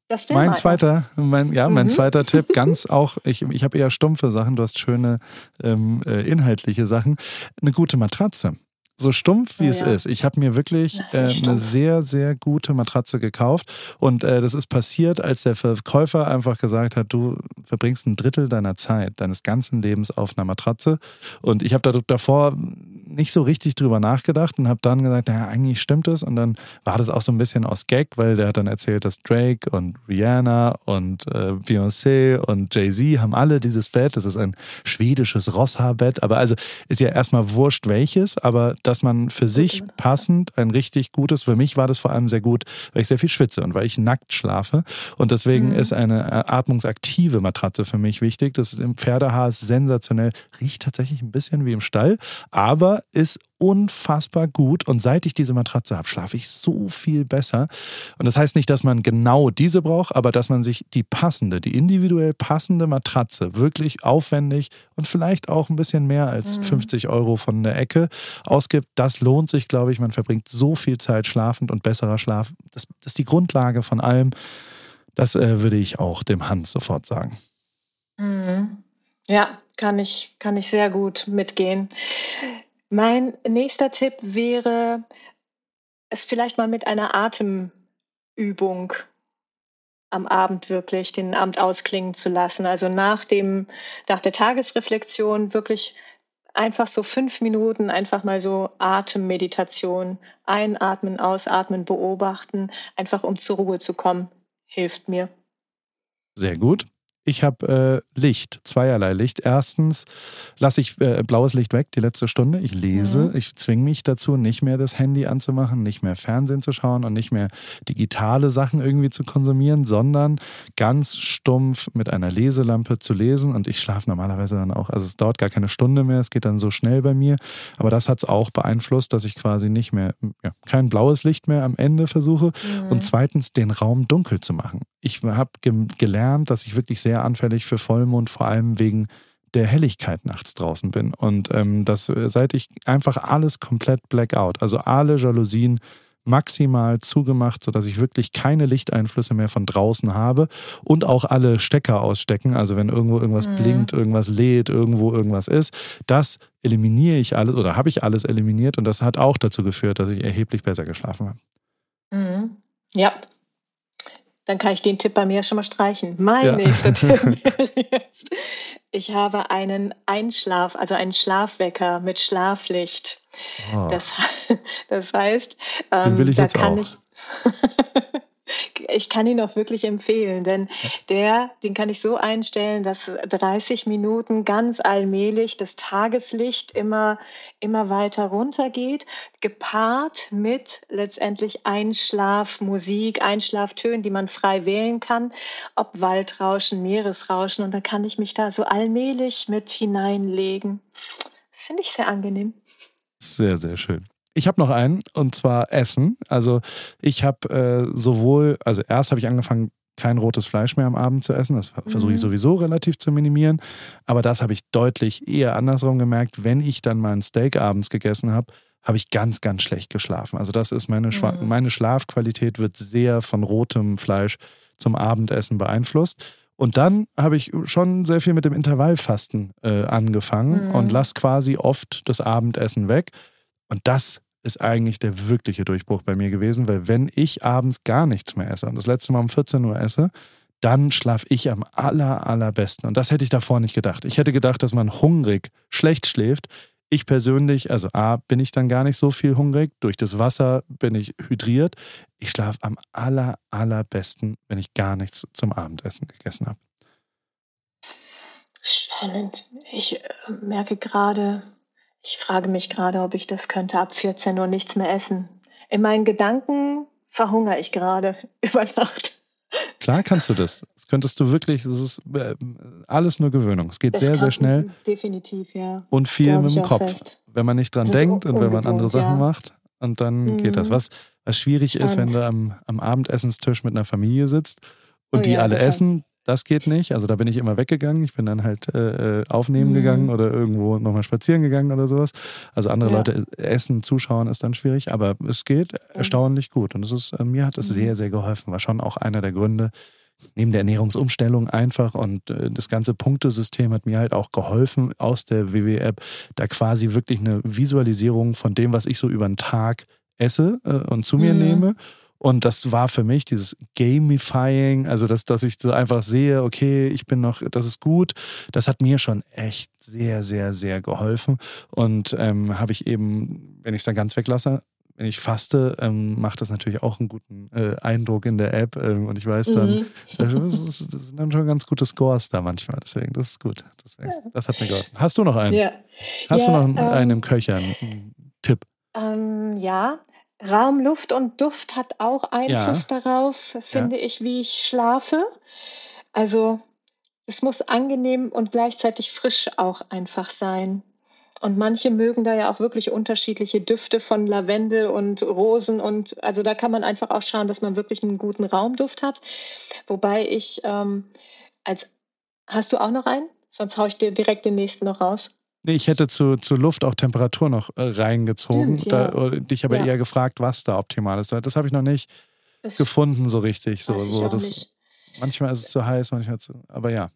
Mein mal. zweiter Tipp, ganz auch, ich habe eher stumpfe Sachen, du hast schöne inhaltliche Sachen. Eine gute Matratze. So stumpf wie es ist. Ich habe mir wirklich eine sehr, sehr gute Matratze gekauft und das ist passiert, als der Verkäufer einfach gesagt hat, du verbringst ein Drittel deiner Zeit, deines ganzen Lebens auf einer Matratze und ich habe davor nicht so richtig drüber nachgedacht und habe dann gesagt, naja, eigentlich stimmt es und dann war das auch so ein bisschen aus Gag, weil der hat dann erzählt, dass Drake und Rihanna und Beyoncé und Jay-Z haben alle dieses Bett, das ist ein schwedisches Rosshaarbett, aber also ist ja erstmal wurscht welches, aber dass man für sich passend ein richtig gutes, für mich war das vor allem sehr gut, weil ich sehr viel schwitze und weil ich nackt schlafe und deswegen ist eine atmungsaktive Matratze für mich wichtig, das ist im Pferdehaar, ist sensationell, riecht tatsächlich ein bisschen wie im Stall, aber ist unfassbar gut und seit ich diese Matratze habe, schlafe ich so viel besser. Und das heißt nicht, dass man genau diese braucht, aber dass man sich die individuell passende Matratze wirklich aufwendig und vielleicht auch ein bisschen mehr als 50 € von der Ecke ausgibt, das lohnt sich, glaube ich. Man verbringt so viel Zeit schlafend und besserer Schlaf. Das ist die Grundlage von allem. Das würde ich auch dem Hans sofort sagen. Ja, kann ich sehr gut mitgehen. Mein nächster Tipp wäre, es vielleicht mal mit einer Atemübung am Abend wirklich den Abend ausklingen zu lassen. Also nach der Tagesreflexion wirklich einfach so 5 Minuten einfach mal so Atemmeditation, einatmen, ausatmen, beobachten, einfach um zur Ruhe zu kommen, hilft mir. Sehr gut. Ich habe Licht, zweierlei Licht. Erstens lasse ich blaues Licht weg, die letzte Stunde. Ich lese, ich zwinge mich dazu, nicht mehr das Handy anzumachen, nicht mehr Fernsehen zu schauen und nicht mehr digitale Sachen irgendwie zu konsumieren, sondern ganz stumpf mit einer Leselampe zu lesen. Und ich schlafe normalerweise dann auch, also es dauert gar keine Stunde mehr, es geht dann so schnell bei mir. Aber das hat es auch beeinflusst, dass ich quasi nicht mehr, kein blaues Licht mehr am Ende versuche. Und zweitens den Raum dunkel zu machen. Ich habe gelernt, dass ich wirklich sehr anfällig für Vollmond, vor allem wegen der Helligkeit nachts draußen bin. Und seit ich einfach alles komplett Blackout, also alle Jalousien maximal zugemacht, sodass ich wirklich keine Lichteinflüsse mehr von draußen habe und auch alle Stecker ausstecken, also wenn irgendwo irgendwas blinkt, irgendwas lädt, irgendwo irgendwas ist, das eliminiere ich alles oder habe ich alles eliminiert und das hat auch dazu geführt, dass ich erheblich besser geschlafen habe. Ja. Dann kann ich den Tipp bei mir schon mal streichen. Mein nächster Tipp wäre jetzt, ich habe einen einen Schlafwecker mit Schlaflicht. Oh. Das heißt, Den will ich da jetzt kann auch. ich kann ihn auch wirklich empfehlen, denn den kann ich so einstellen, dass 30 Minuten ganz allmählich das Tageslicht immer weiter runtergeht, gepaart mit letztendlich Einschlafmusik, Einschlaftönen, die man frei wählen kann, ob Waldrauschen, Meeresrauschen. Und dann kann ich mich da so allmählich mit hineinlegen. Das finde ich sehr angenehm. Sehr, sehr schön. Ich habe noch einen, und zwar Essen. Also ich habe erst habe ich angefangen, kein rotes Fleisch mehr am Abend zu essen. Das versuche ich sowieso relativ zu minimieren. Aber das habe ich deutlich eher andersrum gemerkt. Wenn ich dann mal ein Steak abends gegessen habe, habe ich ganz, ganz schlecht geschlafen. Also das ist meine Schlafqualität wird sehr von rotem Fleisch zum Abendessen beeinflusst. Und dann habe ich schon sehr viel mit dem Intervallfasten angefangen und lasse quasi oft das Abendessen weg. Und das ist eigentlich der wirkliche Durchbruch bei mir gewesen, weil wenn ich abends gar nichts mehr esse und das letzte Mal um 14 Uhr esse, dann schlafe ich am allerbesten. Und das hätte ich davor nicht gedacht. Ich hätte gedacht, dass man hungrig schlecht schläft. Ich persönlich, also bin ich dann gar nicht so viel hungrig. Durch das Wasser bin ich hydriert. Ich schlafe am allerbesten, wenn ich gar nichts zum Abendessen gegessen habe. Spannend. Ich frage mich gerade, ob ich das könnte, ab 14 Uhr nichts mehr essen. In meinen Gedanken verhungere ich gerade über Nacht. Klar kannst du das. Das könntest du wirklich, das ist alles nur Gewöhnung. Es geht sehr, sehr schnell. Definitiv, ja. Und viel mit dem Kopf. Wenn man nicht dran denkt und wenn man andere Sachen macht, und dann geht das. Was schwierig ist, wenn du am Abendessenstisch mit einer Familie sitzt und die alle essen, Das geht nicht. Also da bin ich immer weggegangen. Ich bin dann halt aufnehmen gegangen oder irgendwo nochmal spazieren gegangen oder sowas. Also andere Leute essen, zuschauen ist dann schwierig, aber es geht erstaunlich gut. Und es ist, mir hat es sehr, sehr geholfen. War schon auch einer der Gründe, neben der Ernährungsumstellung einfach, und das ganze Punktesystem hat mir halt auch geholfen, aus der WW-App da quasi wirklich eine Visualisierung von dem, was ich so über den Tag esse und zu mir nehme. Und das war für mich dieses Gamifying, also dass ich so einfach sehe, okay, ich bin noch, das ist gut. Das hat mir schon echt sehr, sehr, sehr geholfen. Und habe ich eben, wenn ich es dann ganz weglasse, wenn ich faste, macht das natürlich auch einen guten Eindruck in der App. Und ich weiß dann, das sind dann schon ganz gute Scores da manchmal. Deswegen, das ist gut. Deswegen, das hat mir geholfen. Hast du noch einen? Ja. Hast du noch einen im Köcher, einen Tipp? Ja. Raum, Luft und Duft hat auch Einfluss darauf, finde ich, wie ich schlafe. Also es muss angenehm und gleichzeitig frisch auch einfach sein. Und manche mögen da ja auch wirklich unterschiedliche Düfte von Lavendel und Rosen. Und also da kann man einfach auch schauen, dass man wirklich einen guten Raumduft hat. Wobei ich hast du auch noch einen? Sonst haue ich dir direkt den nächsten noch raus. Nee, ich hätte zu Luft auch Temperatur noch reingezogen. Stimmt, Dich aber eher gefragt, was da optimal ist. Das habe ich noch nicht gefunden so richtig. Manchmal ist es zu heiß, manchmal zu. Aber ja.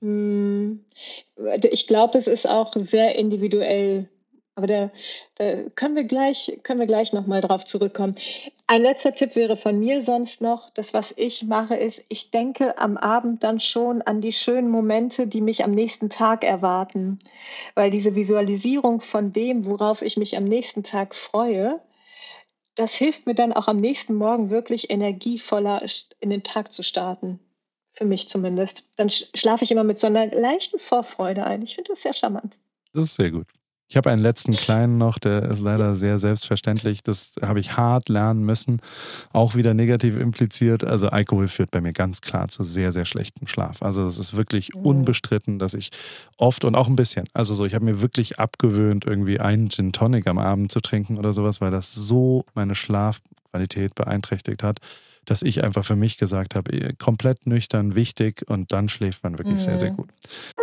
Ich glaube, das ist auch sehr individuell. Aber da können wir gleich nochmal drauf zurückkommen. Ein letzter Tipp wäre von mir sonst noch, das, was ich mache, ist, ich denke am Abend dann schon an die schönen Momente, die mich am nächsten Tag erwarten. Weil diese Visualisierung von dem, worauf ich mich am nächsten Tag freue, das hilft mir dann auch am nächsten Morgen wirklich energievoller in den Tag zu starten. Für mich zumindest. Dann schlafe ich immer mit so einer leichten Vorfreude ein. Ich finde das sehr charmant. Das ist sehr gut. Ich habe einen letzten kleinen noch, der ist leider sehr selbstverständlich. Das habe ich hart lernen müssen. Auch wieder negativ impliziert. Also Alkohol führt bei mir ganz klar zu sehr, sehr schlechtem Schlaf. Also es ist wirklich unbestritten, dass ich oft und auch ein bisschen, also so, ich habe mir wirklich abgewöhnt, irgendwie einen Gin Tonic am Abend zu trinken oder sowas, weil das so meine Schlafqualität beeinträchtigt hat, dass ich einfach für mich gesagt habe, komplett nüchtern, wichtig, und dann schläft man wirklich sehr, sehr gut.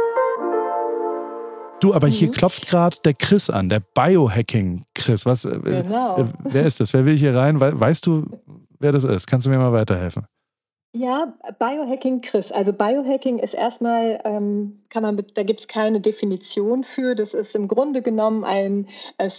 Du, aber hier klopft gerade der Chris an, der Biohacking-Chris. Genau. Wer ist das? Wer will hier rein? Weißt du, wer das ist? Kannst du mir mal weiterhelfen? Ja, Biohacking, Chris. Also Biohacking ist erstmal, da gibt es keine Definition für. Das ist im Grunde genommen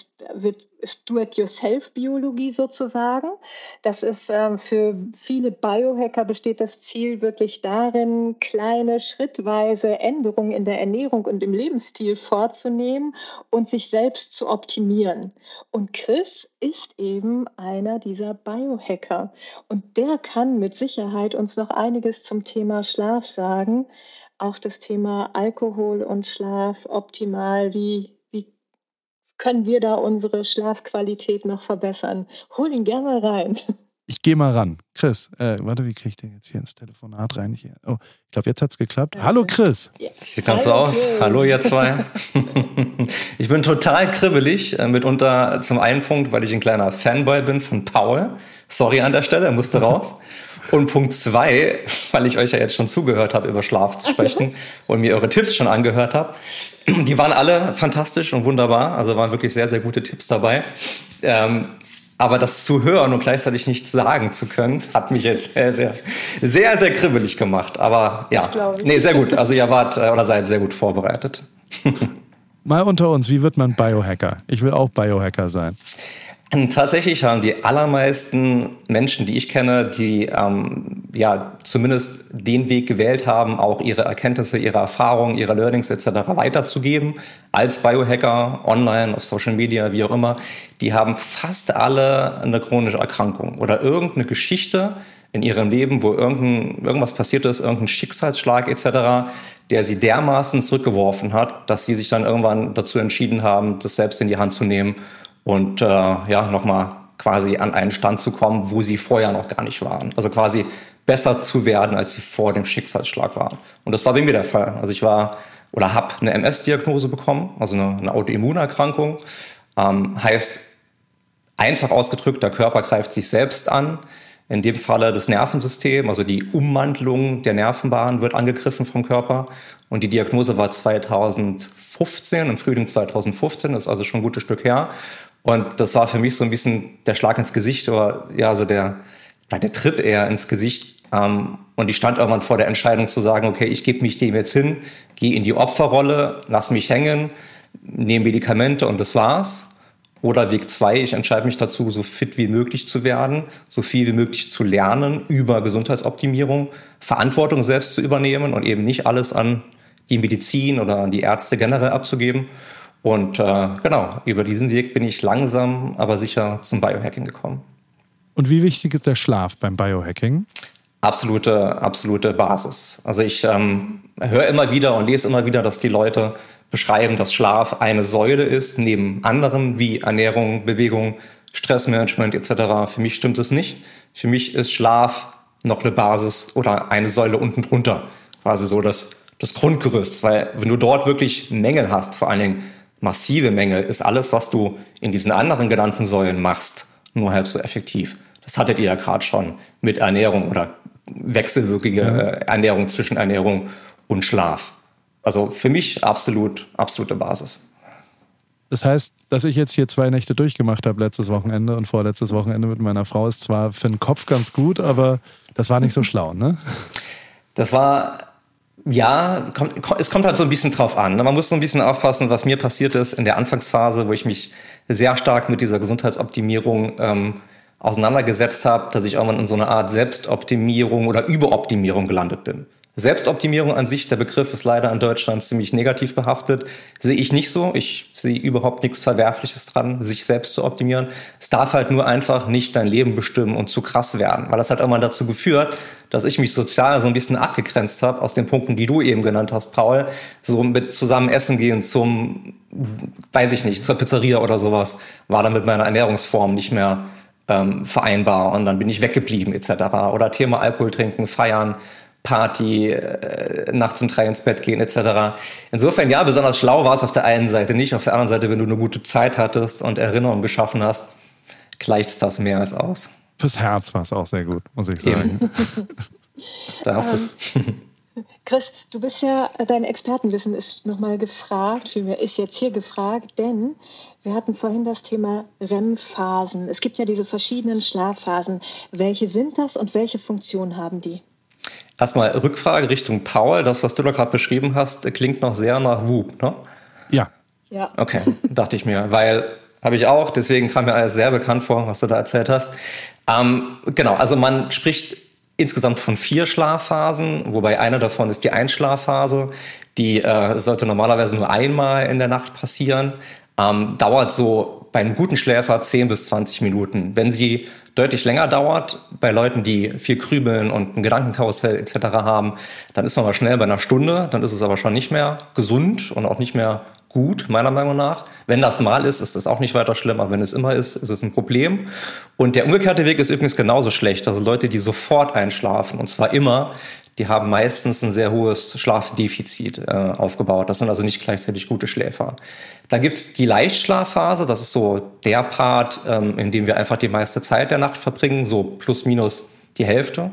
Do-it-yourself-Biologie sozusagen. Das ist für viele Biohacker besteht das Ziel wirklich darin, kleine schrittweise Änderungen in der Ernährung und im Lebensstil vorzunehmen und sich selbst zu optimieren. Und Chris ist eben einer dieser Biohacker. Und der kann mit Sicherheit uns noch einiges zum Thema Schlaf sagen. Auch das Thema Alkohol und Schlaf optimal. Wie können wir da unsere Schlafqualität noch verbessern? Hol ihn gerne mal rein. Ich gehe mal ran. Chris, warte, wie kriege ich den jetzt hier ins Telefonat rein? Ich glaube, jetzt hat es geklappt. Hallo Chris. Sieht ganz so aus. Chris. Hallo ihr zwei. Ich bin total kribbelig, mitunter zum einen Punkt, weil ich ein kleiner Fanboy bin von Paul. Sorry an der Stelle, er musste raus. Und Punkt 2, weil ich euch ja jetzt schon zugehört habe, über Schlaf zu sprechen und mir eure Tipps schon angehört habe. Die waren alle fantastisch und wunderbar. Also waren wirklich sehr, sehr gute Tipps dabei. Aber das zu hören und gleichzeitig nichts sagen zu können, hat mich jetzt sehr, sehr, sehr, sehr kribbelig gemacht. Aber ja, sehr gut. Also ihr seid sehr gut vorbereitet. Mal unter uns, wie wird man Biohacker? Ich will auch Biohacker sein. Tatsächlich haben die allermeisten Menschen, die ich kenne, die zumindest den Weg gewählt haben, auch ihre Erkenntnisse, ihre Erfahrungen, ihre Learnings etc. weiterzugeben, als Biohacker, online, auf Social Media, wie auch immer, die haben fast alle eine chronische Erkrankung oder irgendeine Geschichte in ihrem Leben, wo irgendwas passiert ist, irgendein Schicksalsschlag etc., der sie dermaßen zurückgeworfen hat, dass sie sich dann irgendwann dazu entschieden haben, das selbst in die Hand zu nehmen und nochmal quasi an einen Stand zu kommen, wo sie vorher noch gar nicht waren. Also quasi besser zu werden, als sie vor dem Schicksalsschlag waren. Und das war bei mir der Fall. Also ich habe eine MS-Diagnose bekommen, also eine Autoimmunerkrankung. Heißt, einfach ausgedrückt, der Körper greift sich selbst an, In dem Falle das Nervensystem, also die Ummantelung der Nervenbahn wird angegriffen vom Körper. Und die Diagnose war 2015, im Frühling 2015, das ist also schon ein gutes Stück her. Und das war für mich so ein bisschen der Schlag ins Gesicht, oder ja, also der Tritt eher ins Gesicht. Und ich stand irgendwann vor der Entscheidung zu sagen, okay, ich gebe mich dem jetzt hin, gehe in die Opferrolle, lass mich hängen, nehme Medikamente und das war's. Oder Weg 2, ich entscheide mich dazu, so fit wie möglich zu werden, so viel wie möglich zu lernen über Gesundheitsoptimierung, Verantwortung selbst zu übernehmen und eben nicht alles an die Medizin oder an die Ärzte generell abzugeben. Und genau, über diesen Weg bin ich langsam, aber sicher zum Biohacking gekommen. Und wie wichtig ist der Schlaf beim Biohacking? Absolute Basis. Also ich höre immer wieder und lese immer wieder, dass die Leute beschreiben, dass Schlaf eine Säule ist, neben anderen wie Ernährung, Bewegung, Stressmanagement etc. Für mich stimmt es nicht. Für mich ist Schlaf noch eine Basis oder eine Säule unten drunter. Quasi so das Grundgerüst. Weil wenn du dort wirklich Mängel hast, vor allen Dingen massive Mängel, ist alles, was du in diesen anderen genannten Säulen machst, nur halb so effektiv. Das hattet ihr ja gerade schon mit Ernährung oder wechselwirkige Ernährung zwischen Ernährung und Schlaf. Also für mich absolute Basis. Das heißt, dass ich jetzt hier 2 Nächte durchgemacht habe, letztes Wochenende und vorletztes Wochenende mit meiner Frau, ist zwar für den Kopf ganz gut, aber das war nicht so schlau, ne? Das war, ja, es kommt halt so ein bisschen drauf an. Man muss so ein bisschen aufpassen, was mir passiert ist in der Anfangsphase, wo ich mich sehr stark mit dieser Gesundheitsoptimierung auseinandergesetzt habe, dass ich irgendwann in so eine Art Selbstoptimierung oder Überoptimierung gelandet bin. Selbstoptimierung an sich, der Begriff ist leider in Deutschland ziemlich negativ behaftet. Sehe ich nicht so. Ich sehe überhaupt nichts Verwerfliches dran, sich selbst zu optimieren. Es darf halt nur einfach nicht dein Leben bestimmen und zu krass werden. Weil das hat irgendwann dazu geführt, dass ich mich sozial so ein bisschen abgegrenzt habe aus den Punkten, die du eben genannt hast, Paul. So mit zusammen essen gehen zum, weiß ich nicht, zur Pizzeria oder sowas, war dann mit meiner Ernährungsform nicht mehr vereinbar. Und dann bin ich weggeblieben etc. Oder Thema Alkohol trinken, feiern, Party, nachts um 3 ins Bett gehen etc. Insofern, ja, besonders schlau war es auf der einen Seite nicht. Auf der anderen Seite, wenn du eine gute Zeit hattest und Erinnerungen geschaffen hast, gleicht das mehr als aus. Fürs Herz war es auch sehr gut, muss ich sagen. Da hast es. Chris, du bist ja, dein Expertenwissen ist nochmal gefragt, vielmehr ist jetzt hier gefragt, denn wir hatten vorhin das Thema REM-Phasen. Es gibt ja diese verschiedenen Schlafphasen. Welche sind das und welche Funktion haben die? Erstmal Rückfrage Richtung Paul. Das, was du da gerade beschrieben hast, klingt noch sehr nach WOOP, ne? Ja. Okay, dachte ich mir, weil habe ich auch, deswegen kam mir alles sehr bekannt vor, was du da erzählt hast. Genau, also man spricht insgesamt von 4 Schlafphasen, wobei eine davon ist die Einschlafphase. Die sollte normalerweise nur einmal in der Nacht passieren. Dauert so bei einem guten Schläfer 10 bis 20 Minuten. Wenn sie deutlich länger dauert, bei Leuten, die viel grübeln und ein Gedankenkarussell etc. haben, dann ist man mal schnell bei einer Stunde, dann ist es aber schon nicht mehr gesund und auch nicht mehr gut, meiner Meinung nach. Wenn das mal ist es auch nicht weiter schlimm, aber wenn es immer ist es ein Problem. Und der umgekehrte Weg ist übrigens genauso schlecht. Also Leute, die sofort einschlafen, und zwar immer, die haben meistens ein sehr hohes Schlafdefizit aufgebaut. Das sind also nicht gleichzeitig gute Schläfer. Dann gibt's die Leichtschlafphase, das ist so der Part, in dem wir einfach die meiste Zeit der Nacht verbringen, so plus minus die Hälfte.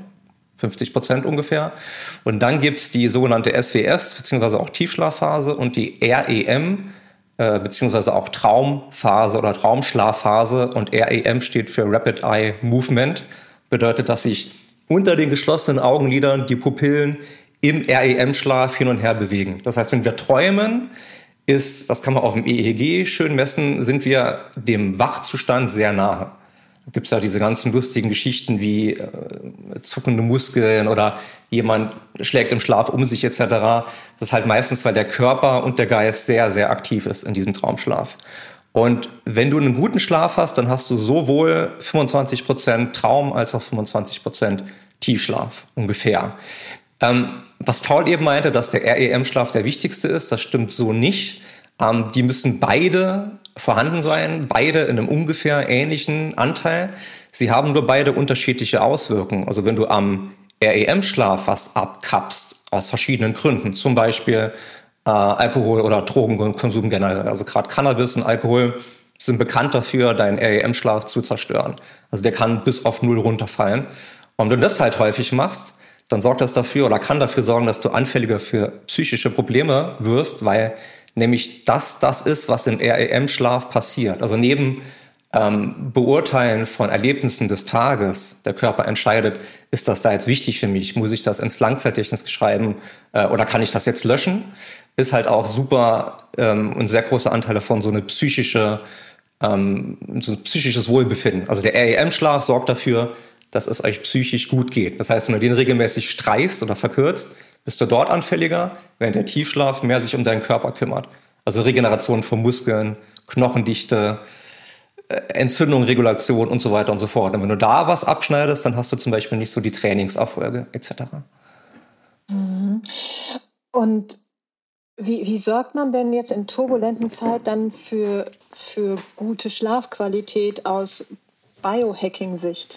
50% ungefähr. Und dann gibt's die sogenannte SWS, beziehungsweise auch Tiefschlafphase und die REM, beziehungsweise auch Traumphase oder Traumschlafphase. Und REM steht für Rapid Eye Movement. Bedeutet, dass sich unter den geschlossenen Augenlidern die Pupillen im REM-Schlaf hin und her bewegen. Das heißt, wenn wir träumen, das kann man auf dem EEG schön messen, sind wir dem Wachzustand sehr nahe. Da gibt es ja diese ganzen lustigen Geschichten wie zuckende Muskeln oder jemand schlägt im Schlaf um sich etc. Das ist halt meistens, weil der Körper und der Geist sehr, sehr aktiv ist in diesem Traumschlaf. Und wenn du einen guten Schlaf hast, dann hast du sowohl 25% Traum als auch 25% Tiefschlaf ungefähr. Was Paul eben meinte, dass der REM-Schlaf der wichtigste ist, das stimmt so nicht. Die müssen beide vorhanden sein, beide in einem ungefähr ähnlichen Anteil. Sie haben nur beide unterschiedliche Auswirkungen. Also wenn du am REM-Schlaf was abkappst, aus verschiedenen Gründen, zum Beispiel Alkohol oder Drogenkonsum generell, also gerade Cannabis und Alkohol sind bekannt dafür, deinen REM-Schlaf zu zerstören. Also der kann bis auf 0 runterfallen. Und wenn du das halt häufig machst, dann sorgt das dafür oder kann dafür sorgen, dass du anfälliger für psychische Probleme wirst, weil nämlich das ist, was im REM-Schlaf passiert. Also neben Beurteilen von Erlebnissen des Tages, der Körper entscheidet, ist das da jetzt wichtig für mich, muss ich das ins Langzeitgedächtnis schreiben oder kann ich das jetzt löschen, ist halt auch super ein sehr großer Anteil davon so ein psychisches Wohlbefinden. Also der REM-Schlaf sorgt dafür, dass es euch psychisch gut geht. Das heißt, wenn du den regelmäßig streichst oder verkürzt, bist du dort anfälliger, während der Tiefschlaf mehr sich um deinen Körper kümmert. Also Regeneration von Muskeln, Knochendichte, Entzündung, Regulation und so weiter und so fort. Und wenn du da was abschneidest, dann hast du zum Beispiel nicht so die Trainingserfolge etc. Und wie sorgt man denn jetzt in turbulenten Zeit dann für gute Schlafqualität aus Biohacking-Sicht?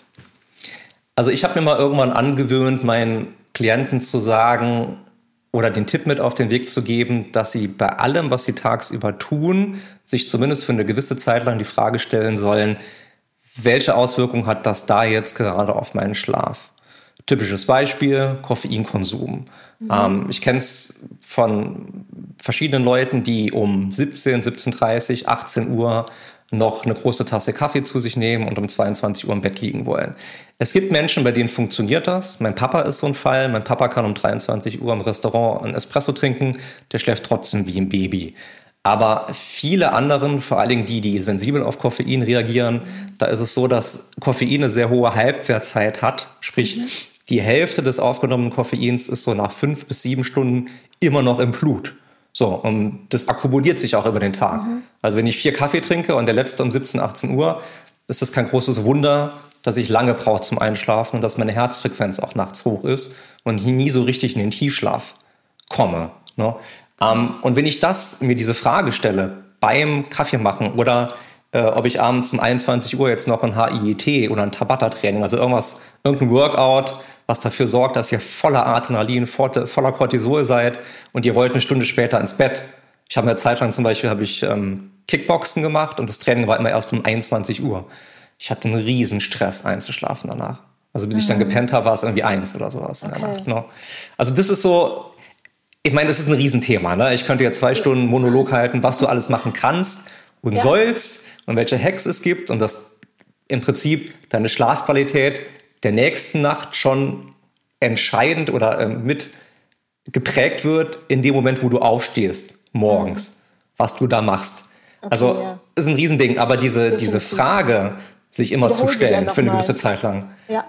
Also ich habe mir mal irgendwann angewöhnt, meinen Klienten zu sagen oder den Tipp mit auf den Weg zu geben, dass sie bei allem, was sie tagsüber tun, sich zumindest für eine gewisse Zeit lang die Frage stellen sollen, welche Auswirkung hat das da jetzt gerade auf meinen Schlaf? Typisches Beispiel, Koffeinkonsum. Ich kenne es von verschiedenen Leuten, die um 17, 17:30, 18 Uhr noch eine große Tasse Kaffee zu sich nehmen und um 22 Uhr im Bett liegen wollen. Es gibt Menschen, bei denen funktioniert das. Mein Papa ist so ein Fall. Mein Papa kann um 23 Uhr im Restaurant einen Espresso trinken. Der schläft trotzdem wie ein Baby. Aber viele anderen, vor allen Dingen die sensibel auf Koffein reagieren, da ist es so, dass Koffein eine sehr hohe Halbwertzeit hat. Sprich, die Hälfte des aufgenommenen Koffeins ist so nach 5 bis 7 Stunden immer noch im Blut. So, und das akkumuliert sich auch über den Tag. Also wenn ich 4 Kaffee trinke und der letzte um 17, 18 Uhr, ist das kein großes Wunder, dass ich lange brauche zum Einschlafen und dass meine Herzfrequenz auch nachts hoch ist und ich nie so richtig in den Tiefschlaf komme. Ne? Und wenn ich mir diese Frage stelle, beim Kaffee machen oder ob ich abends um 21 Uhr jetzt noch ein HIIT oder ein Tabata-Training, also irgendein Workout, was dafür sorgt, dass ihr voller Adrenalin, voller Cortisol seid und ihr wollt eine Stunde später ins Bett. Ich habe eine Zeit lang zum Beispiel Kickboxen gemacht und das Training war immer erst um 21 Uhr. Ich hatte einen riesen Stress einzuschlafen danach. Also bis ich dann gepennt habe, war es irgendwie 1 oder sowas in der Nacht. Ne? Also das ist so, ich meine, das ist ein Riesenthema. Ne? Ich könnte jetzt 2 Stunden Monolog halten, was du alles machen kannst und sollst und welche Hacks es gibt und dass im Prinzip deine Schlafqualität der nächsten Nacht schon entscheidend oder mit geprägt wird in dem Moment, wo du aufstehst, morgens, was du da machst. Okay, also ist ein Riesending, aber diese Frage, sich immer zu stellen für eine gewisse Zeit lang. Ja.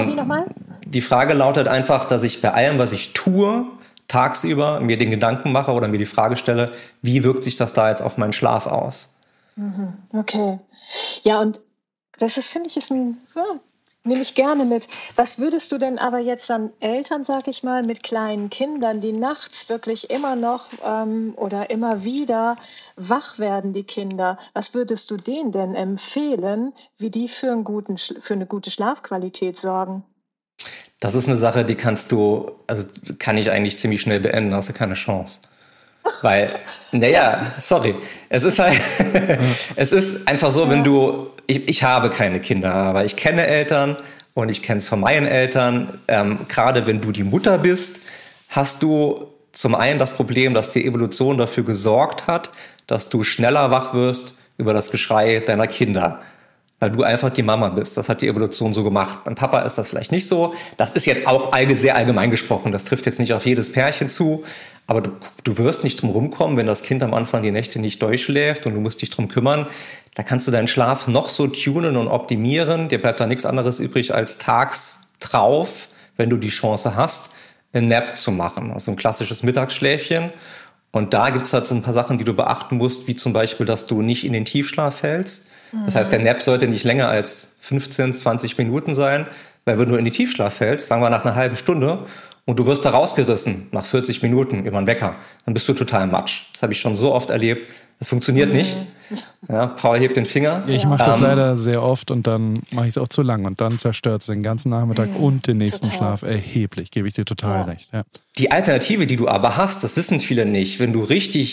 Die Frage lautet einfach, dass ich bei allem, was ich tue, tagsüber mir den Gedanken mache oder mir die Frage stelle, wie wirkt sich das da jetzt auf meinen Schlaf aus? Okay. Ja, und das ist, finde ich, nehme ich gerne mit. Was würdest du denn aber jetzt an Eltern, sag ich mal, mit kleinen Kindern, die nachts wirklich immer noch oder immer wieder wach werden, die Kinder, was würdest du denen denn empfehlen, wie die für eine gute Schlafqualität sorgen? Das ist eine Sache, die kann ich eigentlich ziemlich schnell beenden, hast du keine Chance. Weil, sorry, es ist halt, es ist einfach so, wenn ich habe keine Kinder, aber ich kenne Eltern und ich kenne es von meinen Eltern, gerade wenn du die Mutter bist, hast du zum einen das Problem, dass die Evolution dafür gesorgt hat, dass du schneller wach wirst über das Geschrei deiner Kinder. Weil du einfach die Mama bist. Das hat die Evolution so gemacht. Beim Papa ist das vielleicht nicht so. Das ist jetzt auch sehr allgemein gesprochen. Das trifft jetzt nicht auf jedes Pärchen zu. Aber du wirst nicht drum rumkommen, wenn das Kind am Anfang die Nächte nicht durchschläft und du musst dich drum kümmern. Da kannst du deinen Schlaf noch so tunen und optimieren. Dir bleibt da nichts anderes übrig, als tags drauf, wenn du die Chance hast, ein Nap zu machen. Also ein klassisches Mittagsschläfchen. Und da gibt's halt so ein paar Sachen, die du beachten musst, wie zum Beispiel, dass du nicht in den Tiefschlaf fällst. Das heißt, der Nap sollte nicht länger als 15, 20 Minuten sein, weil wenn du in die Tiefschlaf fällst, sagen wir nach einer halben Stunde, und du wirst da rausgerissen nach 40 Minuten über den Wecker, dann bist du total matsch. Das habe ich schon so oft erlebt. Das funktioniert nicht. Ja, Paul hebt den Finger. Ich mache das leider sehr oft und dann mache ich es auch zu lang und dann zerstört es den ganzen Nachmittag und den nächsten Schlaf erheblich. Gebe ich dir total recht. Ja. Die Alternative, die du aber hast, das wissen viele nicht, wenn du richtig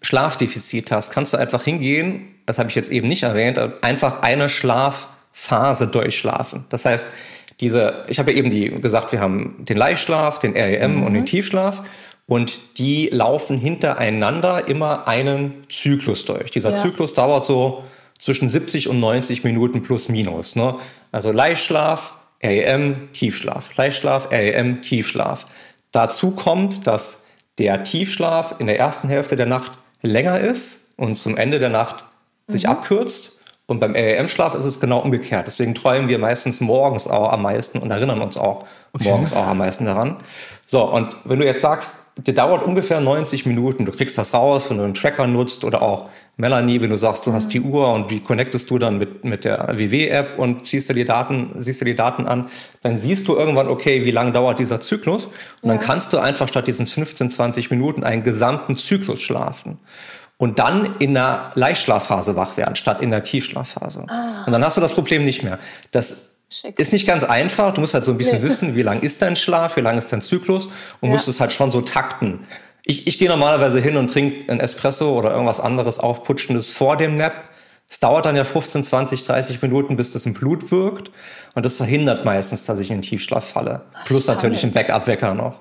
Schlafdefizit hast, kannst du einfach hingehen, das habe ich jetzt eben nicht erwähnt, einfach eine Schlafphase durchschlafen. Das heißt, ich habe ja eben gesagt, wir haben den Leichtschlaf, den REM und den Tiefschlaf und die laufen hintereinander immer einen Zyklus durch. Dieser Zyklus dauert so zwischen 70 und 90 Minuten plus minus. Ne? Also Leichtschlaf, REM, Tiefschlaf. Leichtschlaf, REM, Tiefschlaf. Dazu kommt, dass der Tiefschlaf in der ersten Hälfte der Nacht länger ist und zum Ende der Nacht sich abkürzt. Und beim REM-Schlaf ist es genau umgekehrt. Deswegen träumen wir meistens morgens auch am meisten und erinnern uns auch morgens auch am meisten daran. So, und wenn du jetzt sagst, der dauert ungefähr 90 Minuten, du kriegst das raus, wenn du einen Tracker nutzt oder auch Melanie, wenn du sagst, du hast die Uhr und die connectest du dann mit der WW-App und siehst dir die Daten an, dann siehst du irgendwann, okay, wie lange dauert dieser Zyklus? Und dann kannst du einfach statt diesen 15, 20 Minuten einen gesamten Zyklus schlafen. Und dann in der Leichtschlafphase wach werden, statt in der Tiefschlafphase. Und dann hast du das Problem nicht mehr. Das ist nicht ganz einfach. Du musst halt so ein bisschen wissen, wie lang ist dein Schlaf, wie lang ist dein Zyklus und musst es halt schon so takten. Ich gehe normalerweise hin und trinke ein Espresso oder irgendwas anderes Aufputschendes vor dem Nap. Es dauert dann ja 15, 20, 30 Minuten, bis das im Blut wirkt. Und das verhindert meistens, dass ich in den Tiefschlaf falle. Plus natürlich ein Backup-Wecker noch.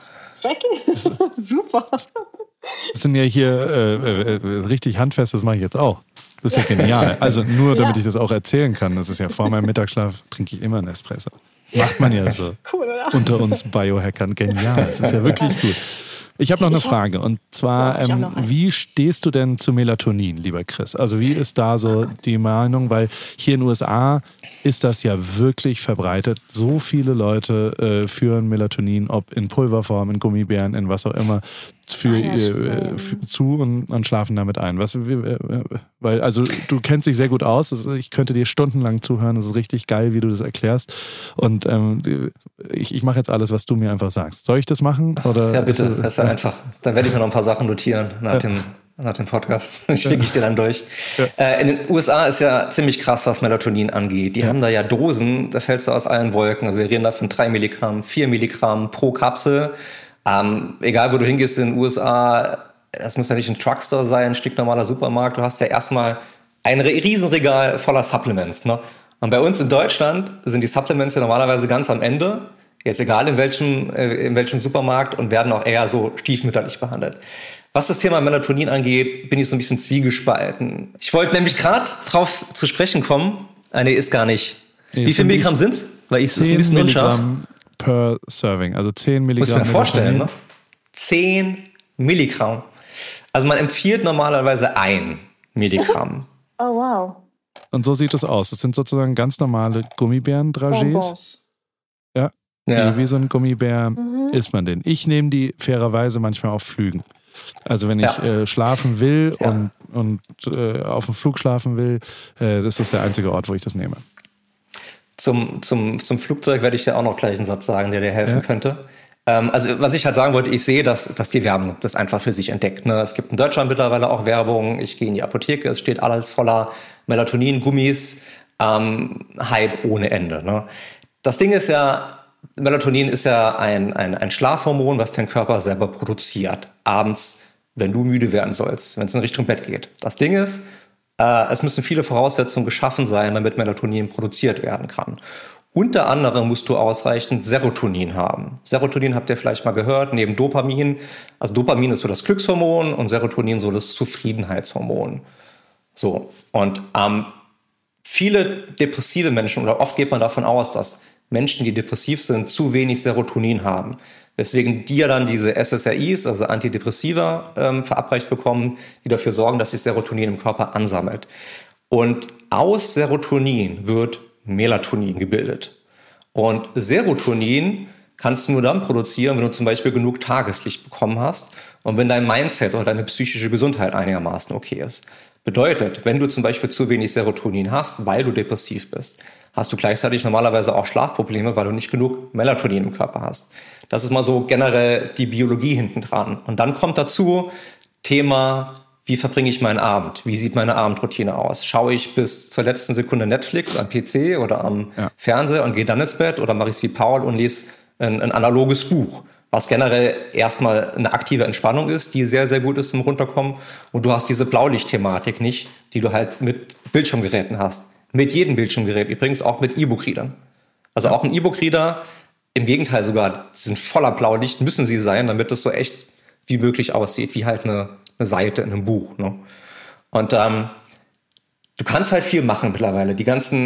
Super. Das sind ja hier richtig handfest, das mache ich jetzt auch. Das ist ja genial. Also nur, damit ich das auch erzählen kann. Das ist ja vor meinem Mittagsschlaf, trinke ich immer einen Espresso. Das macht man ja so. Cool, oder? Unter uns Biohackern. Genial. Das ist ja wirklich gut. Ich habe noch eine Frage und zwar, wie stehst du denn zu Melatonin, lieber Chris? Also wie ist da so die Meinung? Weil hier in den USA ist das ja wirklich verbreitet. So viele Leute führen Melatonin, ob in Pulverform, in Gummibären, in was auch immer, zu und schlafen damit ein. Weil, also du kennst dich sehr gut aus. Ich könnte dir stundenlang zuhören. Das ist richtig geil, wie du das erklärst. Und ich mache jetzt alles, was du mir einfach sagst. Soll ich das machen? Oder ja, bitte. Das ist ja einfach. Dann werde ich mir noch ein paar Sachen notieren nach dem Podcast. Schicke ich dir dann durch. Ja. In den USA ist ja ziemlich krass, was Melatonin angeht. Die haben da ja Dosen, da fällst du aus allen Wolken. Also wir reden da von 3 Milligramm, 4 Milligramm pro Kapsel. Egal, wo du hingehst in den USA, das muss ja nicht ein Truckstore sein, ein stinknormaler Supermarkt. Du hast ja erstmal ein Riesenregal voller Supplements. Ne? Und bei uns in Deutschland sind die Supplements ja normalerweise ganz am Ende. Jetzt egal in welchem Supermarkt und werden auch eher so stiefmütterlich behandelt. Was das Thema Melatonin angeht, bin ich so ein bisschen zwiegespalten. Ich wollte nämlich gerade drauf zu sprechen kommen. Nee, ist gar nicht. Wie viel Milligramm sind's? Weil ich es ein bisschen unscharf. Per Serving, also 10 Milligramm. Muss ich mir vorstellen, ne? 10 Milligramm. Also man empfiehlt normalerweise 1 Milligramm. Oh, wow. Und so sieht es aus. Das sind sozusagen ganz normale Gummibären-Dragés. Ja. Wie so ein Gummibär isst man den. Ich nehme die fairerweise manchmal auf Flügen. Also wenn ich schlafen will und auf dem Flug schlafen will, das ist der einzige Ort, wo ich das nehme. Zum Flugzeug werde ich dir auch noch gleich einen Satz sagen, der dir helfen könnte. Also was ich halt sagen wollte, ich sehe, dass die Werbung das einfach für sich entdeckt. Ne? Es gibt in Deutschland mittlerweile auch Werbung. Ich gehe in die Apotheke, es steht alles voller Melatonin-Gummis. Hype ohne Ende. Ne? Das Ding ist ja, Melatonin ist ja ein Schlafhormon, was dein Körper selber produziert. Abends, wenn du müde werden sollst, wenn es in Richtung Bett geht. Das Ding ist, es müssen viele Voraussetzungen geschaffen sein, damit Melatonin produziert werden kann. Unter anderem musst du ausreichend Serotonin haben. Serotonin habt ihr vielleicht mal gehört, neben Dopamin. Also Dopamin ist so das Glückshormon und Serotonin so das Zufriedenheitshormon. So, und viele depressive Menschen, oder oft geht man davon aus, dass Menschen, die depressiv sind, zu wenig Serotonin haben. Weswegen die ja dann diese SSRIs, also Antidepressiva, verabreicht bekommen, die dafür sorgen, dass sich Serotonin im Körper ansammelt. Und aus Serotonin wird Melatonin gebildet. Und Serotonin kannst du nur dann produzieren, wenn du zum Beispiel genug Tageslicht bekommen hast und wenn dein Mindset oder deine psychische Gesundheit einigermaßen okay ist. Bedeutet, wenn du zum Beispiel zu wenig Serotonin hast, weil du depressiv bist, hast du gleichzeitig normalerweise auch Schlafprobleme, weil du nicht genug Melatonin im Körper hast. Das ist mal so generell die Biologie hinten dran. Und dann kommt dazu Thema, wie verbringe ich meinen Abend? Wie sieht meine Abendroutine aus? Schaue ich bis zur letzten Sekunde Netflix am PC oder am Fernseher und gehe dann ins Bett? Oder mache ich es wie Paul und lese ein analoges Buch? was generell erstmal eine aktive Entspannung ist, die sehr, sehr gut ist zum Runterkommen. Und du hast diese Blaulicht-Thematik nicht, die du halt mit Bildschirmgeräten hast. Mit jedem Bildschirmgerät, übrigens auch mit E-Book-Readern. Also auch ein E-Book-Reader, im Gegenteil sogar, sind voller Blaulicht, müssen sie sein, damit es so echt wie möglich aussieht, wie halt eine Seite in einem Buch. Ne? Und du kannst halt viel machen mittlerweile.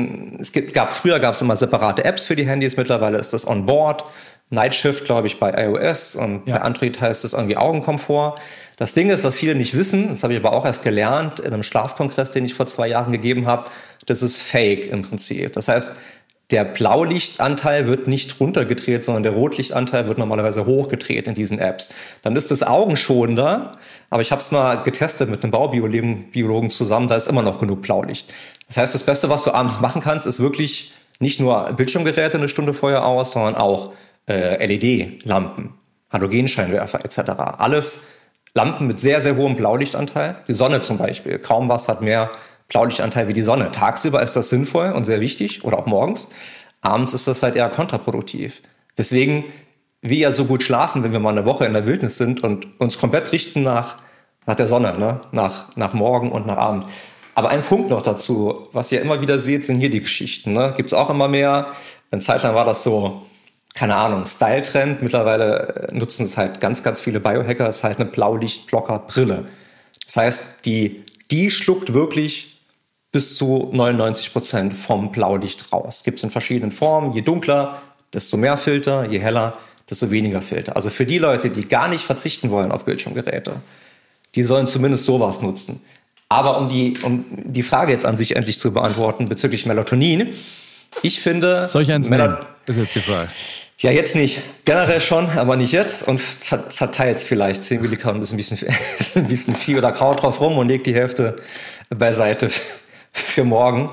Früher gab es immer separate Apps für die Handys, mittlerweile ist das On-Board. Night Shift, glaube ich, bei iOS und bei Android heißt es irgendwie Augenkomfort. Das Ding ist, was viele nicht wissen, das habe ich aber auch erst gelernt in einem Schlafkongress, den ich vor 2 Jahren gegeben habe, das ist Fake im Prinzip. Das heißt, der Blaulichtanteil wird nicht runtergedreht, sondern der Rotlichtanteil wird normalerweise hochgedreht in diesen Apps. Dann ist es augenschonender, aber ich habe es mal getestet mit einem Baubiologen zusammen, da ist immer noch genug Blaulicht. Das heißt, das Beste, was du abends machen kannst, ist wirklich nicht nur Bildschirmgeräte eine Stunde vorher aus, sondern auch LED-Lampen, Halogenscheinwerfer etc. Alles Lampen mit sehr, sehr hohem Blaulichtanteil. Die Sonne zum Beispiel. Kaum was hat mehr Blaulichtanteil wie die Sonne. Tagsüber ist das sinnvoll und sehr wichtig oder auch morgens. Abends ist das halt eher kontraproduktiv. Deswegen, wir ja so gut schlafen, wenn wir mal eine Woche in der Wildnis sind und uns komplett richten nach der Sonne, ne? nach Morgen und nach Abend. Aber ein Punkt noch dazu, was ihr immer wieder seht, sind hier die Geschichten. Ne? Gibt es auch immer mehr. Eine Zeit lang war das so, keine Ahnung, Style-Trend. Mittlerweile nutzen es halt ganz, ganz viele Biohacker. Das ist halt eine Blaulichtblocker-Brille. Das heißt, die schluckt wirklich bis zu 99% vom Blaulicht raus. Gibt es in verschiedenen Formen. Je dunkler, desto mehr Filter. Je heller, desto weniger Filter. Also für die Leute, die gar nicht verzichten wollen auf Bildschirmgeräte, die sollen zumindest sowas nutzen. Aber um die Frage jetzt an sich endlich zu beantworten bezüglich Melatonin, ich finde... Soll ich eins nehmen? Ist jetzt die Frage. Ja, jetzt nicht. Generell schon, aber nicht jetzt. Und zerteilt vielleicht. 10 Milligramm ist ein bisschen viel. Oder kaut drauf rum und legt die Hälfte beiseite für morgen.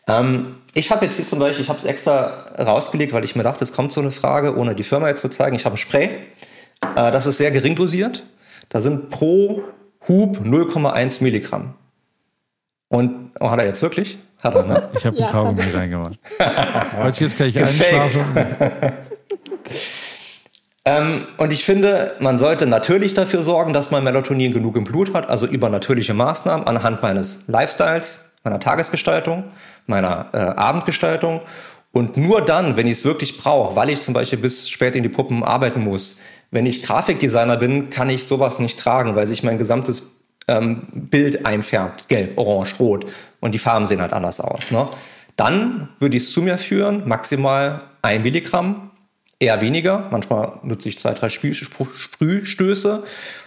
Ich habe jetzt hier zum Beispiel, ich habe es extra rausgelegt, weil ich mir dachte, es kommt so eine Frage, ohne die Firma jetzt zu zeigen. Ich habe ein Spray. Das ist sehr gering dosiert. Da sind pro Hub 0,1 Milligramm. Und, hat er jetzt wirklich? Hat er, ne? Ich habe einen Kaugummi reingemacht. Jetzt kann ich einschlafen. Und ich finde, man sollte natürlich dafür sorgen, dass man Melatonin genug im Blut hat, also über natürliche Maßnahmen anhand meines Lifestyles, meiner Tagesgestaltung, meiner Abendgestaltung. Und nur dann, wenn ich es wirklich brauche, weil ich zum Beispiel bis spät in die Puppen arbeiten muss, wenn ich Grafikdesigner bin, kann ich sowas nicht tragen, weil sich mein gesamtes Bild einfärbt, gelb, orange, rot und die Farben sehen halt anders aus. Ne? Dann würde ich es zu mir führen, maximal 1 Milligramm, eher weniger. Manchmal nutze ich 2, 3 Sprühstöße.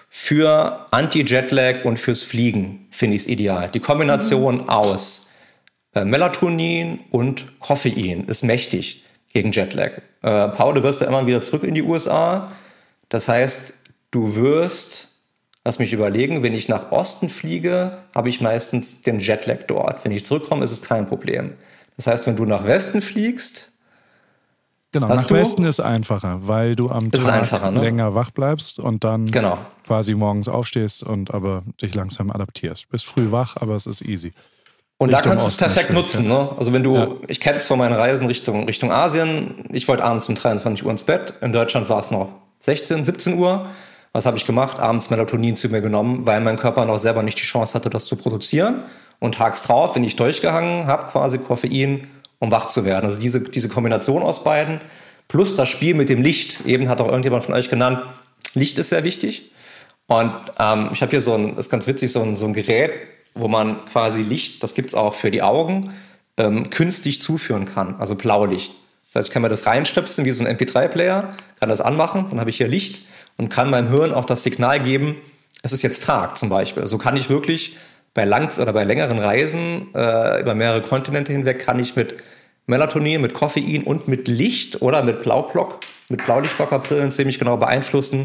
Für Anti-Jetlag und fürs Fliegen finde ich es ideal. Die Kombination aus Melatonin und Koffein ist mächtig gegen Jetlag. Paul, du wirst ja immer wieder zurück in die USA. Das heißt, du wirst... Lass mich überlegen, wenn ich nach Osten fliege, habe ich meistens den Jetlag dort. Wenn ich zurückkomme, ist es kein Problem. Das heißt, wenn du nach Westen fliegst... Genau, nach Westen ist einfacher, weil du am Tag länger wach bleibst und dann quasi morgens aufstehst und aber dich langsam adaptierst. Bist früh wach, aber es ist easy. Und da kannst du es perfekt nutzen. Ne? Also wenn du, ich kenne es von meinen Reisen Richtung Asien, ich wollte abends um 23 Uhr ins Bett, in Deutschland war es noch 16, 17 Uhr. Was habe ich gemacht? Abends Melatonin zu mir genommen, weil mein Körper noch selber nicht die Chance hatte, das zu produzieren. Und tags drauf, wenn ich durchgehangen habe, quasi Koffein, um wach zu werden. Also diese Kombination aus beiden, plus das Spiel mit dem Licht. Eben hat auch irgendjemand von euch genannt, Licht ist sehr wichtig. Und ich habe hier das ist ganz witzig, so ein Gerät, wo man quasi Licht, das gibt es auch für die Augen, künstlich zuführen kann. Also Blaulicht. Das heißt, ich kann mir das reinstöpseln wie so ein MP3-Player, kann das anmachen, dann habe ich hier Licht und kann meinem Hirn auch das Signal geben, es ist jetzt Tag zum Beispiel. So kann ich wirklich bei längeren Reisen über mehrere Kontinente hinweg, kann ich mit Melatonin, mit Koffein und mit Licht oder mit Blaulichtblockerbrillen ziemlich genau beeinflussen,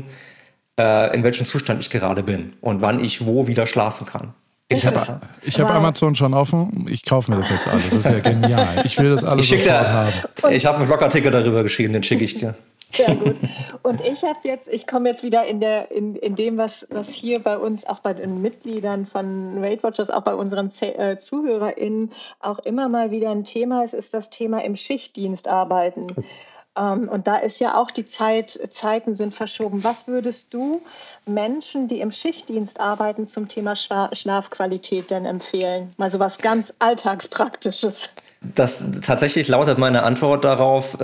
in welchem Zustand ich gerade bin und wann ich wo wieder schlafen kann. Ich habe Amazon schon offen. Ich kaufe mir das jetzt alles. Das ist ja genial. Ich will das alles sofort haben. Ich habe einen Blogartikel darüber geschrieben, den schicke ich dir. Sehr gut. Und ich komme jetzt wieder in dem, was hier bei uns, auch bei den Mitgliedern von Weight Watchers, auch bei unseren ZuhörerInnen auch immer mal wieder ein Thema ist das Thema im Schichtdienst arbeiten. Und da ist ja auch die Zeiten sind verschoben. Was würdest du Menschen, die im Schichtdienst arbeiten, zum Thema Schlafqualität denn empfehlen? Mal so was ganz Alltagspraktisches. Das tatsächlich lautet meine Antwort darauf,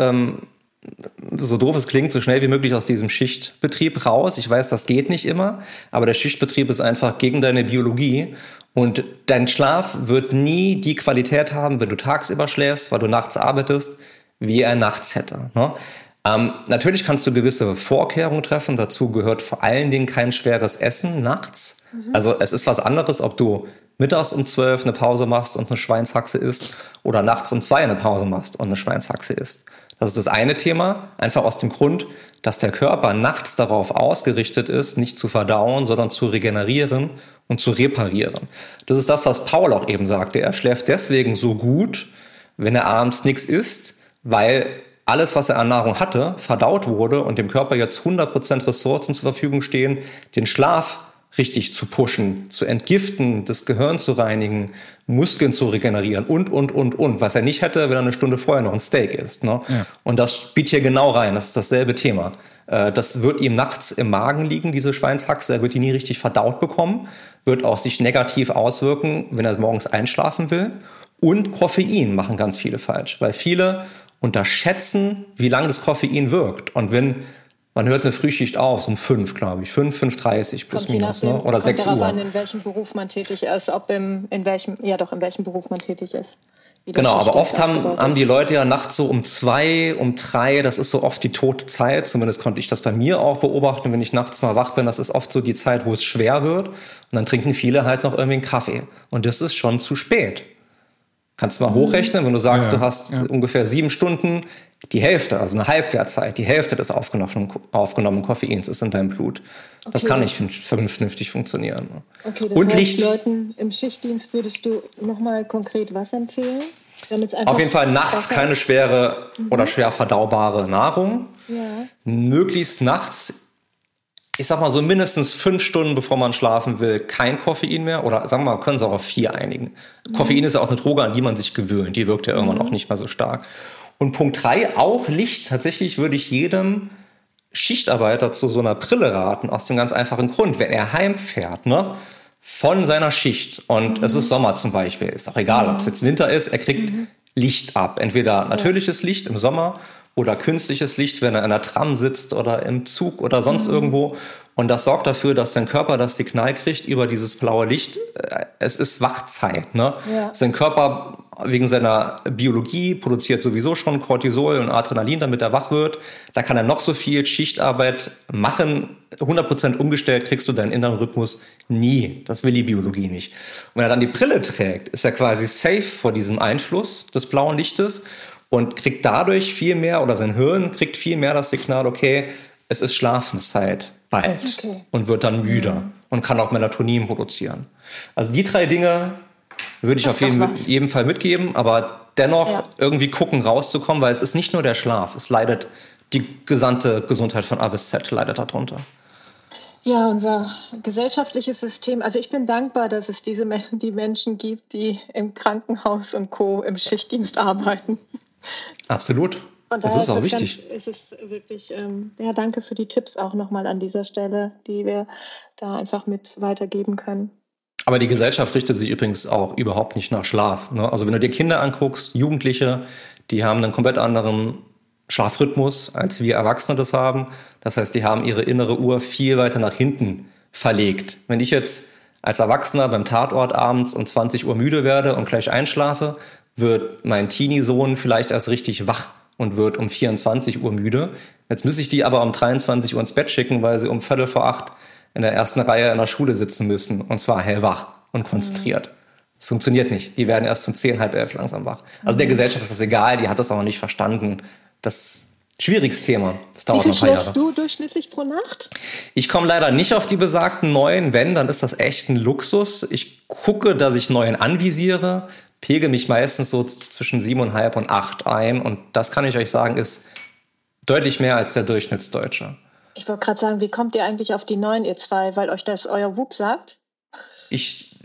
so doof es klingt, so schnell wie möglich aus diesem Schichtbetrieb raus. Ich weiß, das geht nicht immer, aber der Schichtbetrieb ist einfach gegen deine Biologie und dein Schlaf wird nie die Qualität haben, wenn du tagsüber schläfst, weil du nachts arbeitest, wie er nachts hätte. Ne? Natürlich kannst du gewisse Vorkehrungen treffen. Dazu gehört vor allen Dingen kein schweres Essen nachts. Also es ist was anderes, ob du mittags um 12 eine Pause machst und eine Schweinshaxe isst oder nachts um 2 eine Pause machst und eine Schweinshaxe isst. Das ist das eine Thema, einfach aus dem Grund, dass der Körper nachts darauf ausgerichtet ist, nicht zu verdauen, sondern zu regenerieren und zu reparieren. Das ist das, was Paul auch eben sagte. Er schläft deswegen so gut, wenn er abends nichts isst, weil alles, was er an Nahrung hatte, verdaut wurde und dem Körper jetzt 100% Ressourcen zur Verfügung stehen, den Schlaf richtig zu pushen, zu entgiften, das Gehirn zu reinigen, Muskeln zu regenerieren und. Was er nicht hätte, wenn er eine Stunde vorher noch ein Steak isst. Ne? Ja. Und das spielt hier genau rein, das ist dasselbe Thema. Das wird ihm nachts im Magen liegen, diese Schweinshaxe, er wird die nie richtig verdaut bekommen, wird auch sich negativ auswirken, wenn er morgens einschlafen will. Und Koffein machen ganz viele falsch, weil viele unterschätzen, wie lange das Koffein wirkt. Und wenn man hört eine Frühschicht auf, so um 5, glaube ich. 5:30 plus minus, ne? Oder 6 Uhr. Kommt darauf an, in welchem Beruf man tätig ist, in welchem Beruf man tätig ist. Genau, aber oft haben die Leute ja nachts so um 2, um 3, das ist so oft die tote Zeit. Zumindest konnte ich das bei mir auch beobachten, wenn ich nachts mal wach bin. Das ist oft so die Zeit, wo es schwer wird. Und dann trinken viele halt noch irgendwie einen Kaffee. Und das ist schon zu spät. Kannst du mal hochrechnen, wenn du sagst, du hast ungefähr 7 Stunden, die Hälfte, also eine Halbwertzeit, die Hälfte des aufgenommenen Koffeins ist in deinem Blut. Okay. Das kann nicht vernünftig funktionieren. Okay, das heißt, Licht. Leuten im Schichtdienst würdest du nochmal konkret was empfehlen? Auf jeden Fall nachts keine schwere oder schwer verdaubare Nahrung. Ja. Möglichst nachts, ich sag mal so mindestens 5 Stunden, bevor man schlafen will, kein Koffein mehr. Oder sagen wir mal, können Sie auch auf 4 einigen. Koffein ist ja auch eine Droge, an die man sich gewöhnt. Die wirkt ja irgendwann auch nicht mehr so stark. Und Punkt 3, auch Licht. Tatsächlich würde ich jedem Schichtarbeiter zu so einer Brille raten, aus dem ganz einfachen Grund. Wenn er heimfährt, ne, von seiner Schicht, und es ist Sommer zum Beispiel, ist auch egal, ob es jetzt Winter ist, er kriegt Licht ab. Entweder natürliches Licht im Sommer oder künstliches Licht, wenn er in der Tram sitzt oder im Zug oder sonst irgendwo. Und das sorgt dafür, dass sein Körper das Signal kriegt über dieses blaue Licht. Es ist Wachzeit. Ne? Ja. Sein Körper wegen seiner Biologie produziert sowieso schon Cortisol und Adrenalin, damit er wach wird. Da kann er noch so viel Schichtarbeit machen. 100% umgestellt kriegst du deinen inneren Rhythmus nie. Das will die Biologie nicht. Und wenn er dann die Brille trägt, ist er quasi safe vor diesem Einfluss des blauen Lichtes und kriegt dadurch viel mehr, oder sein Hirn kriegt viel mehr das Signal, okay, es ist Schlafenszeit bald, und wird dann müder und kann auch Melatonin produzieren. Also die 3 Dinge würde ich auf jeden Fall mitgeben, aber dennoch irgendwie gucken, rauszukommen, weil es ist nicht nur der Schlaf, es leidet die gesamte Gesundheit von A bis Z leidet darunter. Ja, unser gesellschaftliches System, also ich bin dankbar, dass es die Menschen gibt, die im Krankenhaus und Co. im Schichtdienst arbeiten. Absolut. Das ist auch wichtig. Es ist wirklich, danke für die Tipps auch nochmal an dieser Stelle, die wir da einfach mit weitergeben können. Aber die Gesellschaft richtet sich übrigens auch überhaupt nicht nach Schlaf. Ne? Also wenn du dir Kinder anguckst, Jugendliche, die haben einen komplett anderen Schlafrhythmus, als wir Erwachsene das haben. Das heißt, die haben ihre innere Uhr viel weiter nach hinten verlegt. Wenn ich jetzt als Erwachsener beim Tatort abends um 20 Uhr müde werde und gleich einschlafe, wird mein Teenie-Sohn vielleicht erst richtig wach und wird um 24 Uhr müde. Jetzt muss ich die aber um 23 Uhr ins Bett schicken, weil sie um 7:45 in der ersten Reihe in der Schule sitzen müssen. Und zwar hellwach und konzentriert. Das funktioniert nicht. Die werden erst um 10, halb 11 langsam wach. Also der Gesellschaft ist das egal, die hat das auch noch nicht verstanden. Das ist ein schwieriges Thema. Das dauert noch ein paar Jahre. Wie viel schläfst du durchschnittlich pro Nacht? Ich komme leider nicht auf die besagten 9. Wenn, dann ist das echt ein Luxus. Ich gucke, dass ich 9 anvisiere, pegel mich meistens so zwischen 7,5 und 8 ein. Und das kann ich euch sagen, ist deutlich mehr als der Durchschnittsdeutsche. Ich wollte gerade sagen, wie kommt ihr eigentlich auf die 9, ihr zwei? Weil euch das euer WUP sagt? Ich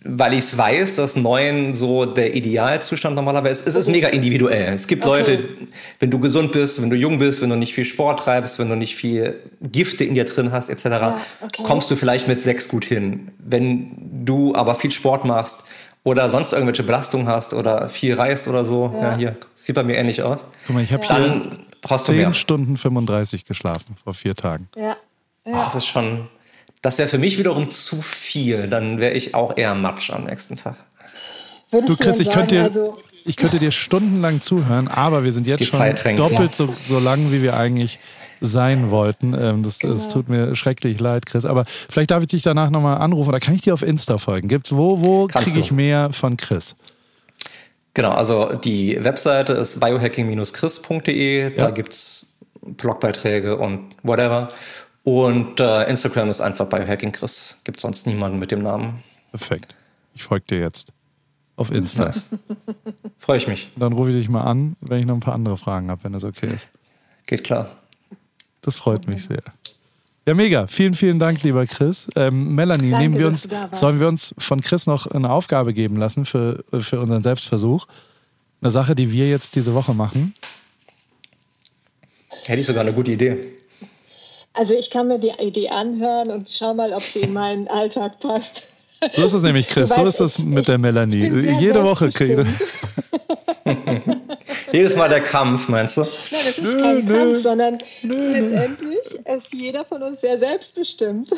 weil ich es weiß, dass 9 so der Idealzustand normalerweise ist. Es ist mega individuell. Es gibt Leute, wenn du gesund bist, wenn du jung bist, wenn du nicht viel Sport treibst, wenn du nicht viel Gifte in dir drin hast, etc., kommst du vielleicht mit 6 gut hin. Wenn du aber viel Sport machst oder sonst irgendwelche Belastungen hast oder viel reist oder so, hier, sieht bei mir ähnlich aus. Guck mal, ich habe dann brauchst du mehr. 10 Stunden 35 geschlafen vor 4 Tagen. Das ist schon... Das wäre für mich wiederum zu viel. Dann wäre ich auch eher matsch am nächsten Tag. Du Chris, ich könnte dir stundenlang zuhören, aber wir sind jetzt schon doppelt so lang, wie wir eigentlich sein wollten. Das tut mir schrecklich leid, Chris. Aber vielleicht darf ich dich danach nochmal anrufen oder kann ich dir auf Insta folgen? Wo kriege ich mehr von Chris? Genau, also die Webseite ist biohacking-chris.de. Da gibt es Blogbeiträge und whatever. Und Instagram ist einfach Biohacking Chris. Gibt sonst niemanden mit dem Namen. Perfekt. Ich folge dir jetzt auf Insta. Nice. Freue ich mich. Dann rufe ich dich mal an, wenn ich noch ein paar andere Fragen habe, wenn das okay ist. Geht klar. Das freut mich sehr. Ja, mega. Vielen, vielen Dank, lieber Chris. Melanie, sollen wir uns von Chris noch eine Aufgabe geben lassen für unseren Selbstversuch? Eine Sache, die wir jetzt diese Woche machen? Hätte ich sogar eine gute Idee. Also ich kann mir die Idee anhören und schau mal, ob sie in meinen Alltag passt. So ist es nämlich, Chris. So ist es mit der Melanie. Jede Woche kriege ich das. Jedes Mal der Kampf, meinst du? Nein, das ist kein Kampf, sondern letztendlich ist jeder von uns sehr selbstbestimmt.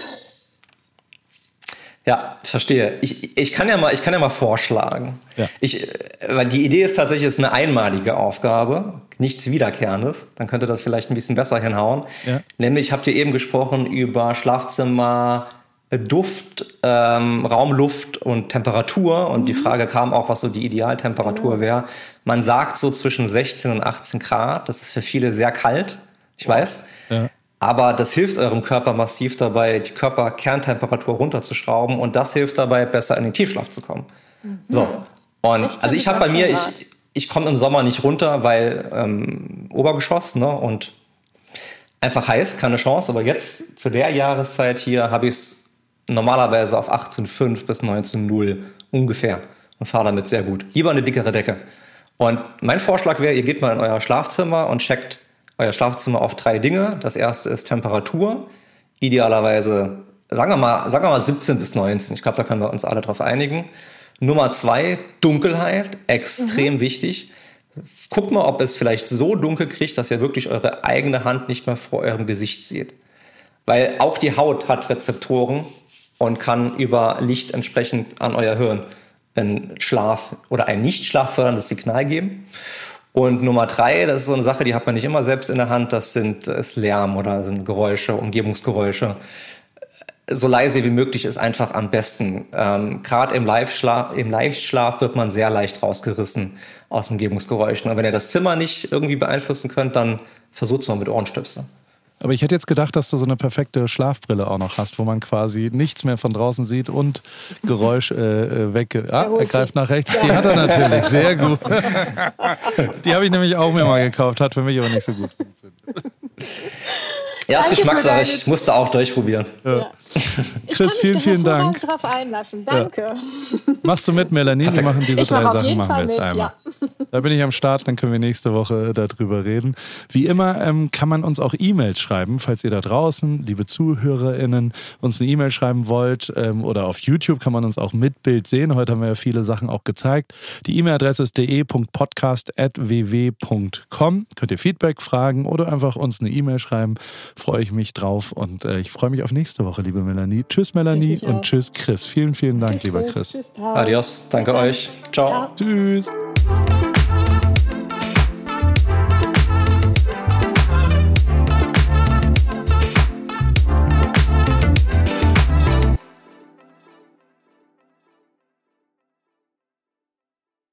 Ja, verstehe. Ich kann ja mal vorschlagen. Ja. Weil die Idee ist tatsächlich, es ist eine einmalige Aufgabe, nichts Wiederkehrendes. Dann könnte das vielleicht ein bisschen besser hinhauen. Ja. Nämlich, habt ihr eben gesprochen über Schlafzimmer, Duft, Raum, Luft und Temperatur. Und die Frage kam auch, was so die Idealtemperatur wäre. Man sagt so zwischen 16 und 18 Grad. Das ist für viele sehr kalt, ich weiß. Ja. Aber das hilft eurem Körper massiv dabei, die Körperkerntemperatur runterzuschrauben. Und das hilft dabei, besser in den Tiefschlaf zu kommen. So. Und also ich habe bei mir, ich komme im Sommer nicht runter, weil Obergeschoss, ne, und einfach heiß, keine Chance. Aber jetzt zu der Jahreszeit hier habe ich es normalerweise auf 18,5 bis 19,0 ungefähr und fahre damit sehr gut. Lieber eine dickere Decke. Und mein Vorschlag wäre, ihr geht mal in euer Schlafzimmer und checkt euer Schlafzimmer auf 3 Dinge. Das erste ist Temperatur. Idealerweise, sagen wir mal 17 bis 19. Ich glaube, da können wir uns alle drauf einigen. Nummer 2, Dunkelheit. Extrem wichtig. Guckt mal, ob es vielleicht so dunkel kriegt, dass ihr wirklich eure eigene Hand nicht mehr vor eurem Gesicht seht. Weil auch die Haut hat Rezeptoren und kann über Licht entsprechend an euer Hirn einen Schlaf oder ein nicht schlafförderndes Signal geben. Und Nummer 3, das ist so eine Sache, die hat man nicht immer selbst in der Hand, das ist Lärm oder sind Geräusche, Umgebungsgeräusche. So leise wie möglich ist einfach am besten. Gerade im Leichtschlaf wird man sehr leicht rausgerissen aus Umgebungsgeräuschen. Und wenn ihr das Zimmer nicht irgendwie beeinflussen könnt, dann versucht es mal mit Ohrenstöpsel. Aber ich hätte jetzt gedacht, dass du so eine perfekte Schlafbrille auch noch hast, wo man quasi nichts mehr von draußen sieht und Geräusch weg. Er greift nach rechts. Ja. Die hat er natürlich, sehr gut. Die habe ich nämlich auch mir mal gekauft, hat für mich aber nicht so gut funktioniert. Ja, ist Geschmackssache, ich musste auch durchprobieren. Ja. Chris, vielen Dank. Ich kann mich drauf einlassen, danke. Ja. Machst du mit, Melanie? Perfekt. Wir machen diese 3 Sachen machen wir jetzt einmal. Ja. Da bin ich am Start, dann können wir nächste Woche darüber reden. Wie immer kann man uns auch E-Mails schreiben, falls ihr da draußen, liebe ZuhörerInnen, uns eine E-Mail schreiben wollt. Oder auf YouTube kann man uns auch mit Bild sehen. Heute haben wir ja viele Sachen auch gezeigt. Die E-Mail-Adresse ist de.podcast@ww.com. Könnt ihr Feedback, Fragen oder einfach uns eine E-Mail schreiben. Freue ich mich drauf und ich freue mich auf nächste Woche, liebe Melanie. Tschüss, Melanie, und tschüss, Chris. Vielen Dank, lieber Chris. Adios, danke euch. Ciao. Tschüss.